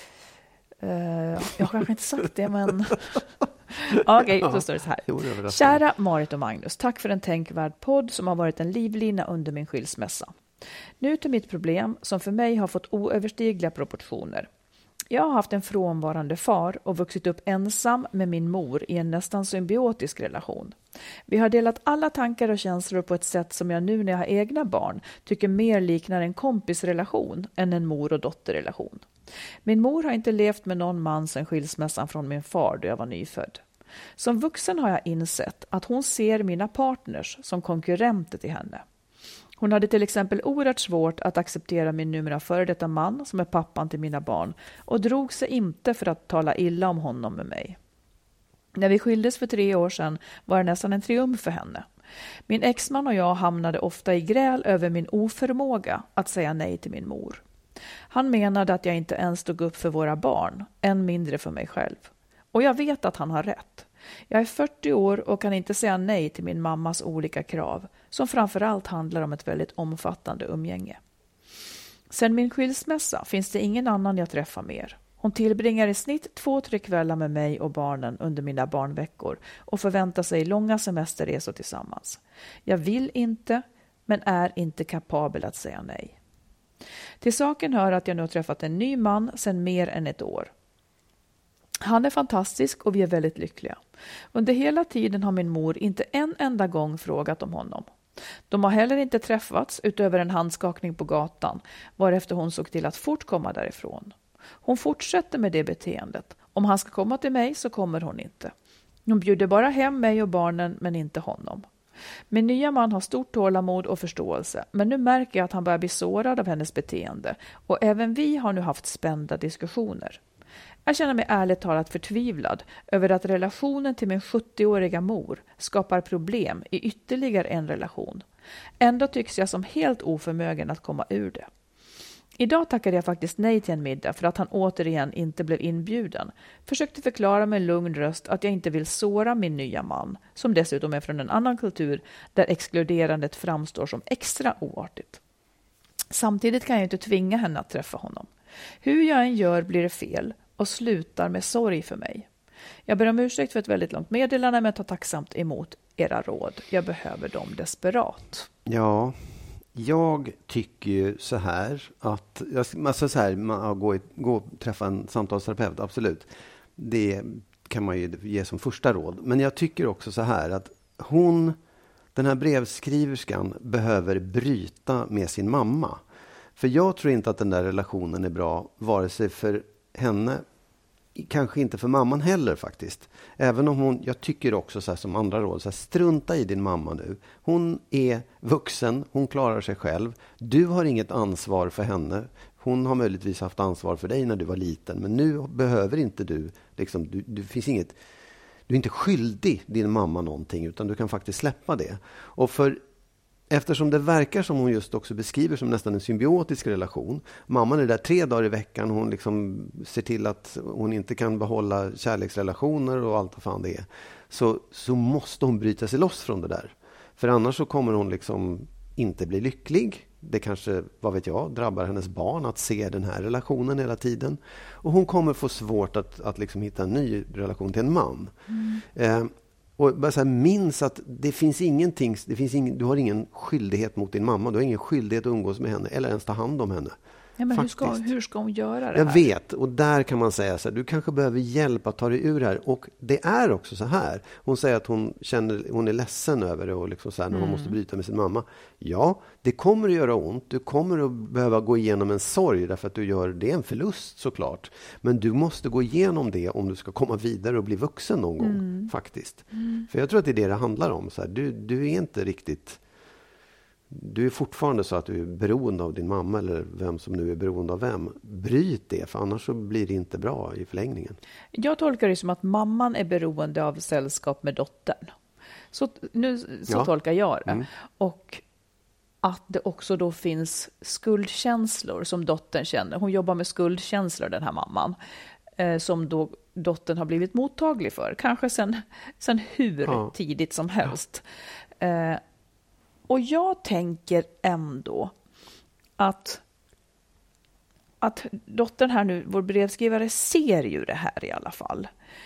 Uh, jag har kanske inte sagt det, men... Okej, okay, då står det så här. Kära Marit och Magnus, tack för en tänkvärd podd som har varit en livlina under min skilsmässa. Nu till mitt problem som för mig har fått oöverstigliga proportioner. Jag har haft en frånvarande far och vuxit upp ensam med min mor i en nästan symbiotisk relation. Vi har delat alla tankar och känslor på ett sätt som jag nu när jag har egna barn tycker mer liknar en kompisrelation än en mor- och dotterrelation. Min mor har inte levt med någon man sedan skilsmässan från min far då jag var nyfödd. Som vuxen har jag insett att hon ser mina partners som konkurrenter till henne. Hon hade till exempel oerhört svårt att acceptera min numera före detta man som är pappan till mina barn och drog sig inte för att tala illa om honom med mig. När vi skildes för tre år sedan var det nästan en triumf för henne. Min exman och jag hamnade ofta i gräl över min oförmåga att säga nej till min mor. Han menade att jag inte ens stod upp för våra barn, än mindre för mig själv. Och jag vet att han har rätt. Jag är fyrtio år och kan inte säga nej till min mammas olika krav, som framförallt handlar om ett väldigt omfattande umgänge. Sen min skilsmässa finns det ingen annan jag träffar mer. Hon tillbringar i snitt två, tre kvällar med mig och barnen under mina barnveckor och förväntar sig långa semesterresor tillsammans. Jag vill inte, men är inte kapabel att säga nej. Till saken hör att jag nu har träffat en ny man sedan mer än ett år. Han är fantastisk och vi är väldigt lyckliga. Under hela tiden har min mor inte en enda gång frågat om honom. De har heller inte träffats utöver en handskakning på gatan, varefter hon såg till att fort komma därifrån. Hon fortsätter med det beteendet. Om han ska komma till mig så kommer hon inte. Hon bjuder bara hem mig och barnen, men inte honom. Min nya man har stort tålamod och förståelse, men nu märker jag att han börjar bli sårad av hennes beteende och även vi har nu haft spända diskussioner. Jag känner mig ärligt talat förtvivlad över att relationen till min sjuttioåriga mor skapar problem i ytterligare en relation. Ändå tycks jag som helt oförmögen att komma ur det. Idag tackade jag faktiskt nej till en middag för att han återigen inte blev inbjuden. Försökte förklara med lugn röst att jag inte vill såra min nya man, som dessutom är från en annan kultur där exkluderandet framstår som extra oartigt. Samtidigt kan jag inte tvinga henne att träffa honom. Hur jag än gör blir det fel och slutar med sorg för mig. Jag ber om ursäkt för ett väldigt långt meddelande, men tar tacksamt emot era råd. Jag behöver dem desperat. Ja, jag tycker ju så här att, alltså så här, man gå, gå och träffa en samtalsterapeut, absolut. Det kan man ju ge som första råd. Men jag tycker också så här att hon, den här brevskriverskan, behöver bryta med sin mamma. För jag tror inte att den där relationen är bra, vare sig för henne, kanske inte för mamman heller faktiskt. Även om hon, jag tycker också så här som andra råd, så här, strunta i din mamma nu. Hon är vuxen, hon klarar sig själv. Du har inget ansvar för henne. Hon har möjligtvis haft ansvar för dig när du var liten, men nu behöver inte du, liksom, du, du finns inget, du är inte skyldig din mamma någonting, utan du kan faktiskt släppa det. Och för eftersom det verkar som hon just också beskriver som nästan en symbiotisk relation. Mamman är där tre dagar i veckan. Hon liksom ser till att hon inte kan behålla kärleksrelationer och allt vad fan det är. Så, så måste hon bryta sig loss från det där. För annars så kommer hon liksom inte bli lycklig. Det kanske, vad vet jag, drabbar hennes barn att se den här relationen hela tiden. Och hon kommer få svårt att, att liksom hitta en ny relation till en man. Mm. Eh, Och bara så här, minns att det finns ingenting, det finns ingen, du har ingen skyldighet mot din mamma. Du har ingen skyldighet att umgås med henne eller ens ta hand om henne. Ja, men hur ska, hur ska hon göra det Jag här? vet, och där kan man säga så här, du kanske behöver hjälp att ta dig ur det här. Och det är också så här. Hon säger att hon känner, hon är ledsen över det och liksom så här, när hon mm. måste bryta med sin mamma. Ja, det kommer att göra ont. Du kommer att behöva gå igenom en sorg därför att du gör det är en förlust såklart. Men du måste gå igenom det om du ska komma vidare och bli vuxen någon gång mm. faktiskt. Mm. För jag tror att det är det det handlar om. Så här, du, du är inte riktigt... Du är fortfarande så att du är beroende av din mamma eller vem som nu är beroende av vem. Bryt det, för annars så blir det inte bra i förlängningen. Jag tolkar det som att mamman är beroende av sällskap med dottern. Så, nu, så ja. tolkar jag det. Mm. Och att det också då finns skuldkänslor som dottern känner. Hon jobbar med skuldkänslor, den här mamman. Eh, som då dottern har blivit mottaglig för. Kanske sen, sen hur ja. tidigt som helst. Ja. Eh, Och jag tänker ändå att, att dottern här nu, vår brevskrivare, ser ju det här i alla fall.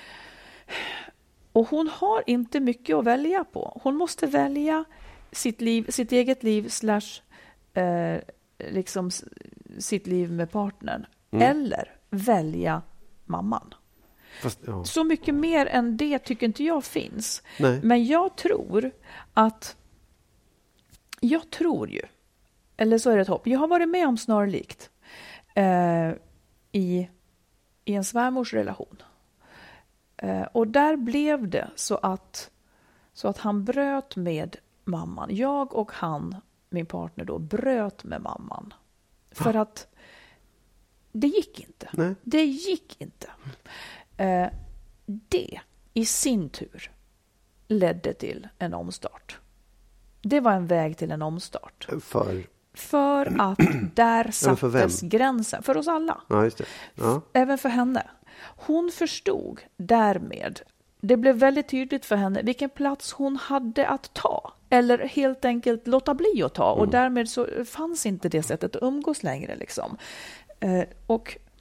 Och hon har inte mycket att välja på. Hon måste välja sitt liv, sitt eget liv slash eh, liksom sitt liv med partnern. Mm. Eller välja mamman. Fast, ja. Så mycket mer än det tycker inte jag finns. Nej. Men jag tror att Jag tror ju, eller så är det ett hopp. Jag har varit med om snarlikt eh, i, i en svärmors relation. Eh, och där blev det så att, så att han bröt med mamman. Jag och han, min partner då, bröt med mamman. För ah. att det gick inte. Nej. Det gick inte. Eh, det i sin tur ledde till en omstart. Det var en väg till en omstart. För, för att där sattes för gränsen. För oss alla. Ja, just det. Ja. Även för henne. Hon förstod därmed. Det blev väldigt tydligt för henne vilken plats hon hade att ta. Eller helt enkelt låta bli att ta. Mm. Och därmed så fanns inte det sättet att umgås längre. Liksom. Eh, och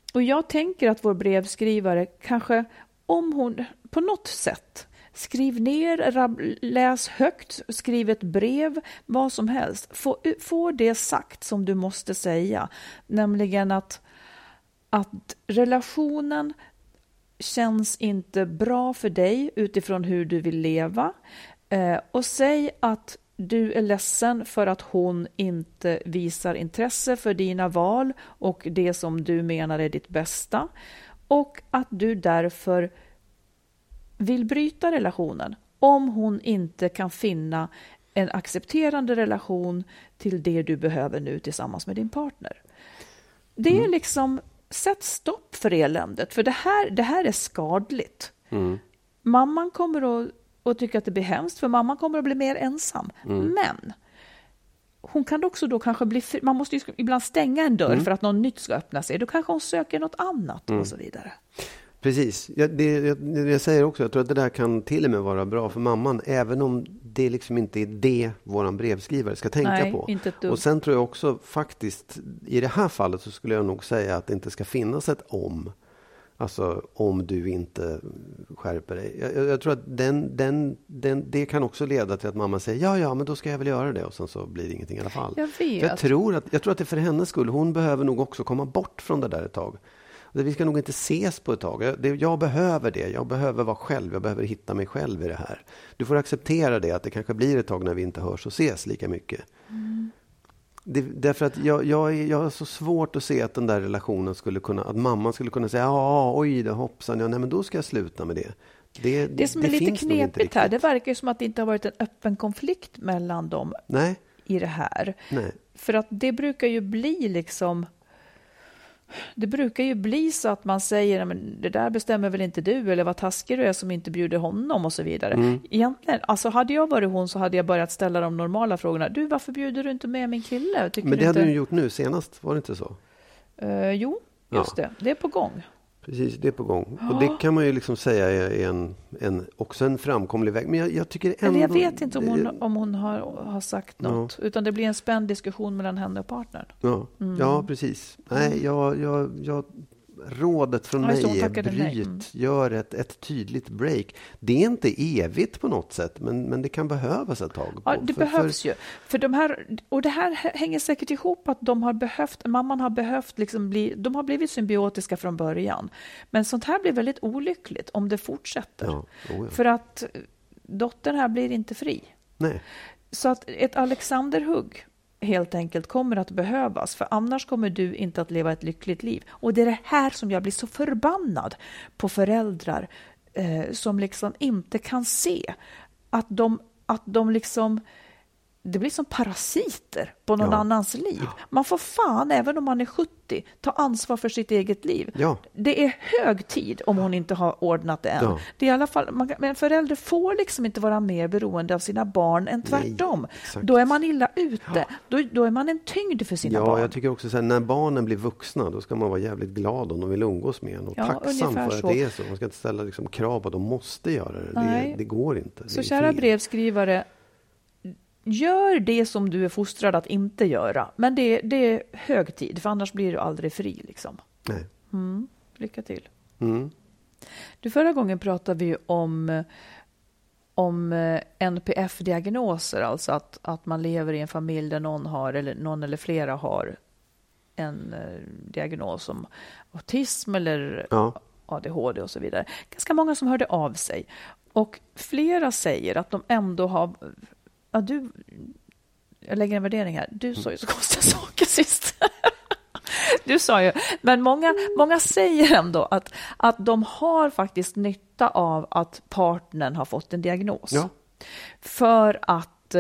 Och jag tänker att vår brevskrivare kanske, om hon på något sätt, skriv ner, rab, läs högt, skriv ett brev, vad som helst. Få, få det sagt som du måste säga. Nämligen att, att relationen känns inte bra för dig utifrån hur du vill leva. Eh, och säg att du är ledsen för att hon inte visar intresse för dina val och det som du menar är ditt bästa. Och att du därför vill bryta relationen om hon inte kan finna en accepterande relation till det du behöver nu tillsammans med din partner. Det är mm. liksom, sätt stopp för eländet, för det här, det här är skadligt. Mm. Mamman kommer att, att tycka att det blir hemskt, för mamman kommer att bli mer ensam. Mm. Men hon kan också då kanske bli, man måste ju ibland stänga en dörr mm. för att något nytt ska öppna sig. Då kanske hon söker något annat mm. och så vidare. Precis. Jag, det, jag, det jag säger också, jag tror att det där kan till och med vara bra för mamman, även om det liksom inte är det våran brevskrivare ska tänka Nej, på. Inte ett dugg. Och sen tror jag också faktiskt, i det här fallet så skulle jag nog säga att det inte ska finnas ett om. Alltså om du inte skärper dig. Jag, jag tror att den, den, den, det kan också leda till att mamma säger ja, ja, men då ska jag väl göra det. Och sen så blir det ingenting i alla fall. Jag vet. Jag tror att, jag tror att det är för hennes skull. Hon behöver nog också komma bort från det där ett tag. Vi ska nog inte ses på ett tag. Jag, jag behöver det. Jag behöver vara själv. Jag behöver hitta mig själv i det här. Du får acceptera det, att det kanske blir ett tag när vi inte hörs och ses lika mycket. Mm. Det, därför att jag, jag, jag har så svårt att se att den där relationen skulle kunna, att mamman skulle kunna säga ja, oj, det hoppsan, ja, nej, men då ska jag sluta med det. Det, det som är det lite knepigt här, det verkar ju som att det inte har varit en öppen konflikt mellan dem nej. i det här. Nej. För att det brukar ju bli liksom, det brukar ju bli så att man säger men det där bestämmer väl inte du, eller vad taskig du är som inte bjuder honom och så vidare. Mm. Egentligen, alltså hade jag varit hon så hade jag börjat ställa de normala frågorna. Du, varför bjuder du inte med min kille? Tycker men det du hade inte... du gjort nu senast, var det inte så? Uh, jo, just ja. det. Det är på gång. Precis, det är på gång. Ja. Och det kan man ju liksom säga är en, en, också en framkomlig väg. Men jag, jag tycker ändå... Eller jag vet inte om hon, om hon har, har sagt något. Ja. Utan det blir en spänd diskussion mellan henne och partnern. Ja, mm. ja precis. Nej, jag, jag, jag, rådet från ja, mig är bryt. Mm. Gör ett, ett tydligt break. Det är inte evigt på något sätt. Men, men det kan behövas ett tag. Ja, det för, behövs för... ju. För de här, och det här hänger säkert ihop att de har behövt, mamman har behövt liksom bli, de har blivit symbiotiska från början. Men sånt här blir väldigt olyckligt om det fortsätter. Ja, oh ja. För att dottern här blir inte fri. Nej. Så att ett Alexanderhugg helt enkelt kommer att behövas, för annars kommer du inte att leva ett lyckligt liv. Och det är det här som jag blir så förbannad på föräldrar eh, som liksom inte kan se att de, att de liksom, det blir som parasiter på någon ja. annans liv. Ja. Man får fan, även om man är sjuttio, ta ansvar för sitt eget liv. Ja. Det är hög tid om hon inte har ordnat det än. Ja. Det är i alla fall, man, men förälder får liksom inte vara mer beroende av sina barn än tvärtom. Nej, då är man illa ute. Ja. Då, då är man en tyngd för sina ja, barn. Ja, jag tycker också så här, när barnen blir vuxna, då ska man vara jävligt glad om de vill umgås med en och ja, tacksam för att så. det är så. Man ska inte ställa liksom krav på att de måste göra det. Det, det går inte. Det så kära brevskrivare, gör det som du är fostrad att inte göra. Men det, det är hög tid, för annars blir du aldrig fri. Liksom. Nej. Mm, lycka till. Mm. Du, förra gången pratade vi om, om N P F-diagnoser. Alltså att, att man lever i en familj där någon, har, eller, någon eller flera har en eh, diagnos som autism eller ja. A D H D och så vidare. Ganska många som hörde av sig. Och flera säger att de ändå har... Ja, du, jag lägger en värdering här. Du sa ju så konstiga saker sist. Du sa ju, men många, många säger ändå att, att de har faktiskt nytta av att partnern har fått en diagnos. Ja. För att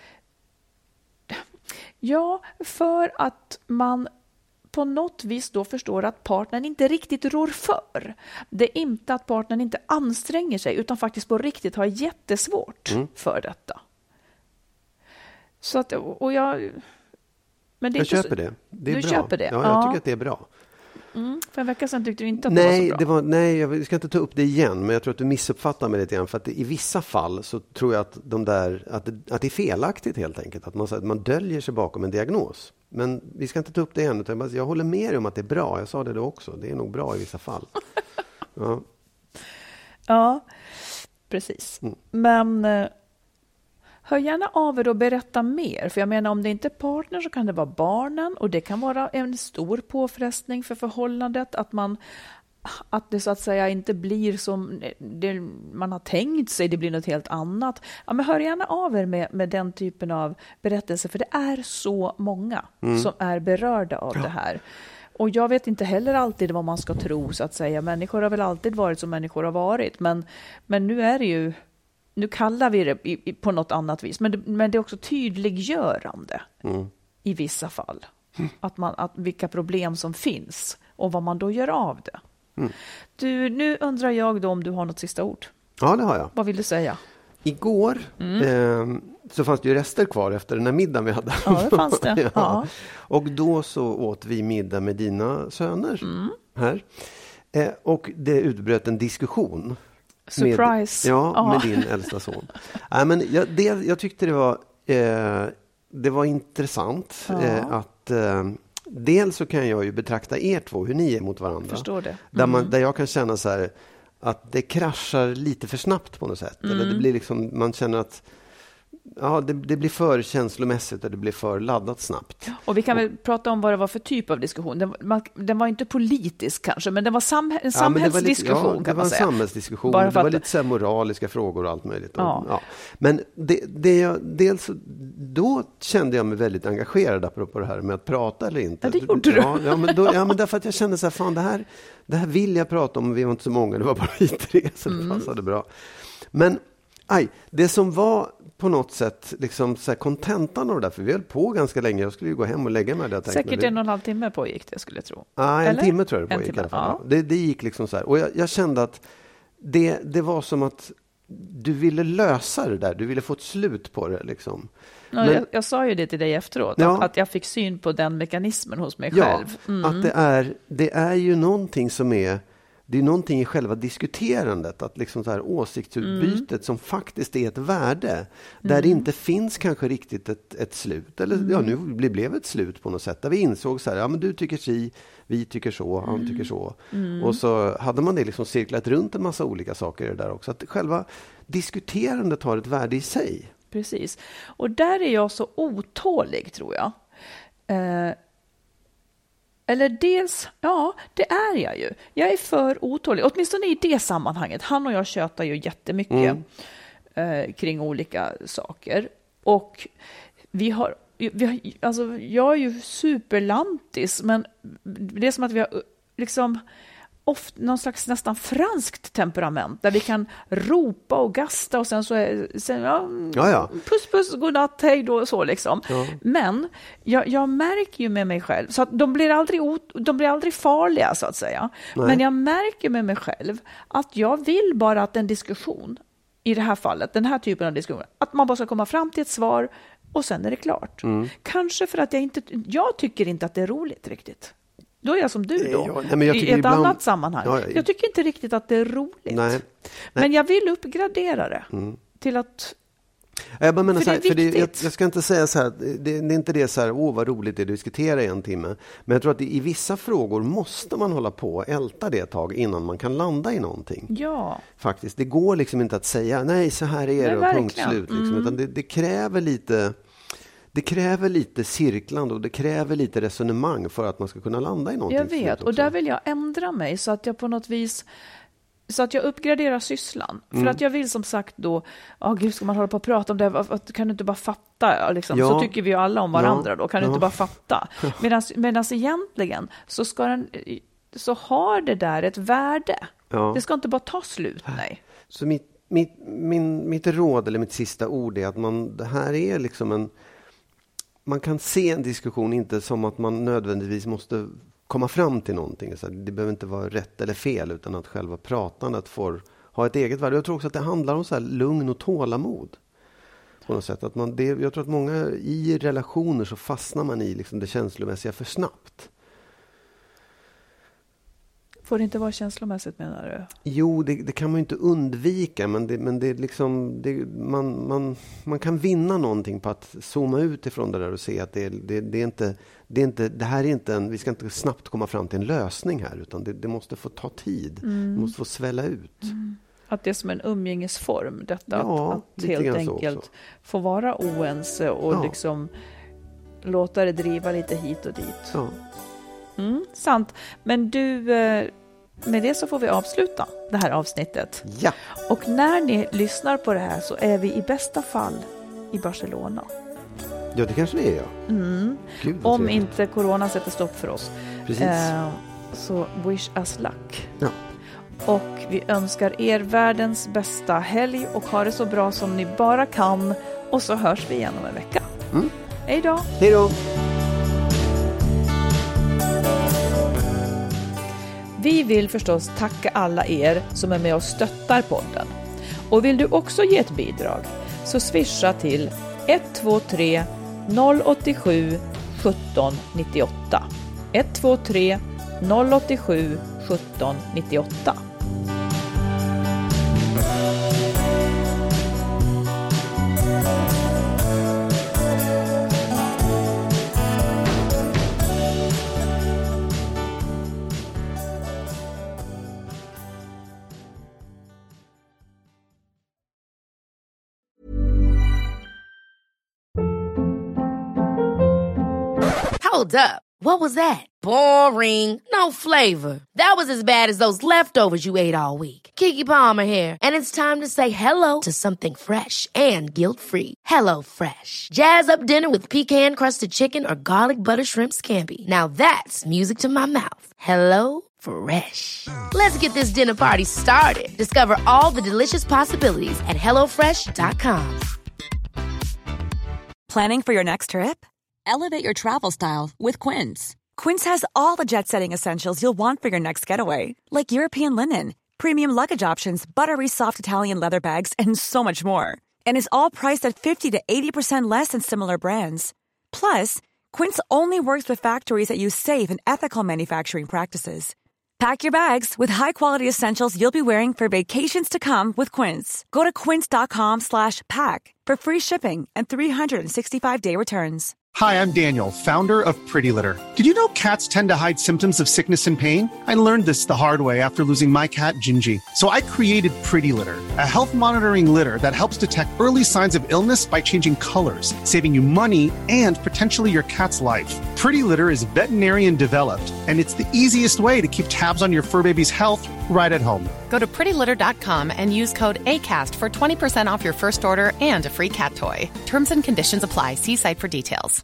ja, för att man på något vis då förstår att partnern inte riktigt rår för. Det är inte att partnern inte anstränger sig, utan faktiskt på riktigt har jättesvårt mm. för detta. Så att, och jag... Men det är jag inte köper så, det. Det är du bra. köper det? Ja, jag ja. tycker att det är bra. Mm, för en vecka sedan tyckte du inte att nej, det var så bra. Det var, nej, jag ska inte ta upp det igen. Men jag tror att du missuppfattar mig lite grann. För att det, i vissa fall så tror jag att, de där, att, det, att det är felaktigt helt enkelt. Att man, att man döljer sig bakom en diagnos. Men vi ska inte ta upp det än. Utan jag håller med dig om att det är bra. Jag sa det då också. Det är nog bra i vissa fall. Ja, ja precis. Mm. Men eh, hör gärna av er och berätta mer. För jag menar, om det inte är partner så kan det vara barnen. Och det kan vara en stor påfrestning för förhållandet. Att man... Att det så att säga inte blir som det man har tänkt sig, det blir något helt annat. Ja, men hör gärna av er med, med den typen av berättelser, för det är så många mm. som är berörda av ja. det här. Och jag vet inte heller alltid vad man ska tro, så att säga. Människor har väl alltid varit som människor har varit, men, men nu är det ju, nu kallar vi det i, i, på något annat vis. Men det, men det är också tydliggörande mm. i vissa fall. Mm. Att man, att vilka problem som finns och vad man då gör av det. Mm. Du, nu undrar jag då om du har något sista ord. Ja, det har jag. Vad vill du säga? Igår mm. eh, så fanns det ju rester kvar efter den här middagen vi hade. Ja, det fanns det. ja. Ja. Och då så åt vi middag med dina söner mm. här. Eh, och det utbröt en diskussion. Surprise. Med, ja, ja, med din äldsta son. Nej, men jag, det, jag tyckte det var, eh, det var intressant ja. eh, att... Eh, Dels så kan jag ju betrakta er två, hur ni är mot varandra. Förstår det. Mm. Där, man, där jag kan känna så här att det kraschar lite för snabbt på något sätt. Mm. Eller det blir liksom, man känner att ja, det, det blir för känslomässigt och det blir för laddat snabbt. Och vi kan väl och, prata om vad det var för typ av diskussion. Den, man, den var inte politisk kanske, men den var sam, en samhällsdiskussion. Ja, det var, lite, ja, det var en säga. samhällsdiskussion. Bara det var att, lite så här moraliska frågor och allt möjligt. Ja. Och, ja. Men det, det jag, dels, då kände jag mig väldigt engagerad apropå det här med att prata eller inte. Ja, det gjorde du. Ja, ja, men, då, ja, men därför att jag kände så här, fan det här, det här vill jag prata om. Vi var inte så många, det var bara vi tre, så det mm. passade bra. Men aj, det som var på något sätt liksom så här kontentan av det där, för vi höll på ganska länge. Jag skulle ju gå hem och lägga mig där. Säkert vi... en och en halv timme pågick det, skulle jag tro. Ja, en Eller? timme tror jag det pågick i alla fall. Ja. Det, det gick liksom så här. Och jag, jag kände att det, det var som att du ville lösa det där. Du ville få ett slut på det liksom. Ja, Men, jag, jag sa ju det till dig efteråt, ja, att, att jag fick syn på den mekanismen hos mig ja, själv. Mm. Att det är, det är ju någonting som är det är någonting i själva diskuterandet, att liksom så här åsiktsutbytet mm. som faktiskt är ett värde, där mm. det inte finns kanske riktigt ett, ett slut, eller mm. ja, nu blev ett slut på något sätt, där vi insåg så här, ja men du tycker si, vi tycker så, han mm. tycker så. Mm. Och så hade man det liksom cirklat runt en massa olika saker där också, att själva diskuterandet har ett värde i sig. Precis, och där är jag så otålig, tror jag. Eh, Eller dels, ja, det är jag ju. Jag är för otålig, åtminstone i det sammanhanget. Han och jag tjötar ju jättemycket mm. eh, kring olika saker. Och vi har, vi har, alltså jag är ju superlantis, men det är som att vi har liksom ofta någon slags nästan franskt temperament där vi kan ropa och gasta och sen så är sen, ja, ja, ja. puss puss, godnatt, hej då och så liksom. Ja. Men jag, jag märker ju med mig själv så att de blir aldrig, de blir aldrig farliga så att säga. Nej. Men jag märker med mig själv att jag vill bara att en diskussion, i det här fallet, den här typen av diskussion, att man bara ska komma fram till ett svar och sen är det klart. Mm. Kanske för att jag inte, jag tycker inte att det är roligt riktigt. Då är jag som du då, ja, nej, men jag i ett ibland... annat sammanhang. Ja, ja. Jag tycker inte riktigt att det är roligt. Nej, nej. Men jag vill uppgradera det mm. till att... Jag, bara menar för så här, det är för det, jag, jag ska inte säga så här, det, det är inte det så här, åh vad roligt det är att diskutera i en timme. Men jag tror att det, i vissa frågor måste man hålla på och älta det ett tag innan man kan landa i någonting. Ja. Faktiskt, det går liksom inte att säga, nej så här är det och punkt slut. Liksom, mm. utan det, det kräver lite... Det kräver lite cirklande och det kräver lite resonemang för att man ska kunna landa i någonting. Jag vet, och där vill jag ändra mig så att jag på något vis, så att jag uppgraderar sysslan. Mm. För att jag vill som sagt då, oh, gud, ska man hålla på och prata om det? Kan du inte bara fatta? Liksom? Ja. Så tycker vi ju alla om varandra ja. då. Kan du ja. inte bara fatta? Medan egentligen så, ska den, så har det där ett värde. Ja. Det ska inte bara ta slut, nej. Så mitt, mitt, min, mitt råd eller mitt sista ord är att man, det här är liksom en... Man kan se en diskussion inte som att man nödvändigtvis måste komma fram till någonting. Så det behöver inte vara rätt eller fel, utan att själva pratandet får ha ett eget värde. Jag tror också att det handlar om så här lugn och tålamod. På något sätt. Att man, det, jag tror att många i relationer så fastnar man i liksom det känslomässiga för snabbt. Får det inte vara känslomässigt, menar du? Jo, det, det kan man ju inte undvika, men det, men det är liksom, det, man, man, man kan vinna någonting på att zooma ut ifrån det där och se att det, det, det är inte, det är inte, det här är inte en, vi ska inte snabbt komma fram till en lösning här, utan det, det måste få ta tid, mm. det måste få svälla ut. Mm. Att det är som en umgängesform, detta ja, att, att helt enkelt få vara oense och ja. liksom låta det driva lite hit och dit. Ja. Mm, sant. Men du, med det så får vi avsluta det här avsnittet. Ja. Och när ni lyssnar på det här så är vi i bästa fall i Barcelona. Ja, det kanske det är, ja. Mm. Gud, om inte corona sätter stopp för oss. Precis. Eh, så wish us luck. Ja. Och vi önskar er världens bästa helg och ha det så bra som ni bara kan. Och så hörs vi igen om en vecka. Mm. Hej då! Hej då! Vi vill förstås tacka alla er som är med och stöttar podden. Och vill du också ge ett bidrag så swisha till ett två tre noll åtta sju sjutton nittioåtta. ett två tre noll åtta sju sjutton nittioåtta. Hold up. What was that? Boring. No flavor. That was as bad as those leftovers you ate all week. Keke Palmer here, and it's time to say hello to something fresh and guilt-free. Hello Fresh. Jazz up dinner with pecan-crusted chicken or garlic butter shrimp scampi. Now that's music to my mouth. Hello Fresh. Let's get this dinner party started. Discover all the delicious possibilities at hello fresh dot com. Planning for your next trip? Elevate your travel style with Quince. Quince has all the jet-setting essentials you'll want for your next getaway, like European linen, premium luggage options, buttery soft Italian leather bags, and so much more. And is all priced at fifty to eighty percent less than similar brands. Plus, Quince only works with factories that use safe and ethical manufacturing practices. Pack your bags with high-quality essentials you'll be wearing for vacations to come with Quince. Go to quince.com slash pack for free shipping and three sixty-five day returns. Hi, I'm Daniel, founder of Pretty Litter. Did you know cats tend to hide symptoms of sickness and pain? I learned this the hard way after losing my cat, Gingy. So I created Pretty Litter, a health monitoring litter that helps detect early signs of illness by changing colors, saving you money and potentially your cat's life. Pretty Litter is veterinarian developed, and it's the easiest way to keep tabs on your fur baby's health right at home. Go to pretty litter dot com and use code ACAST for twenty percent off your first order and a free cat toy. Terms and conditions apply. See site for details.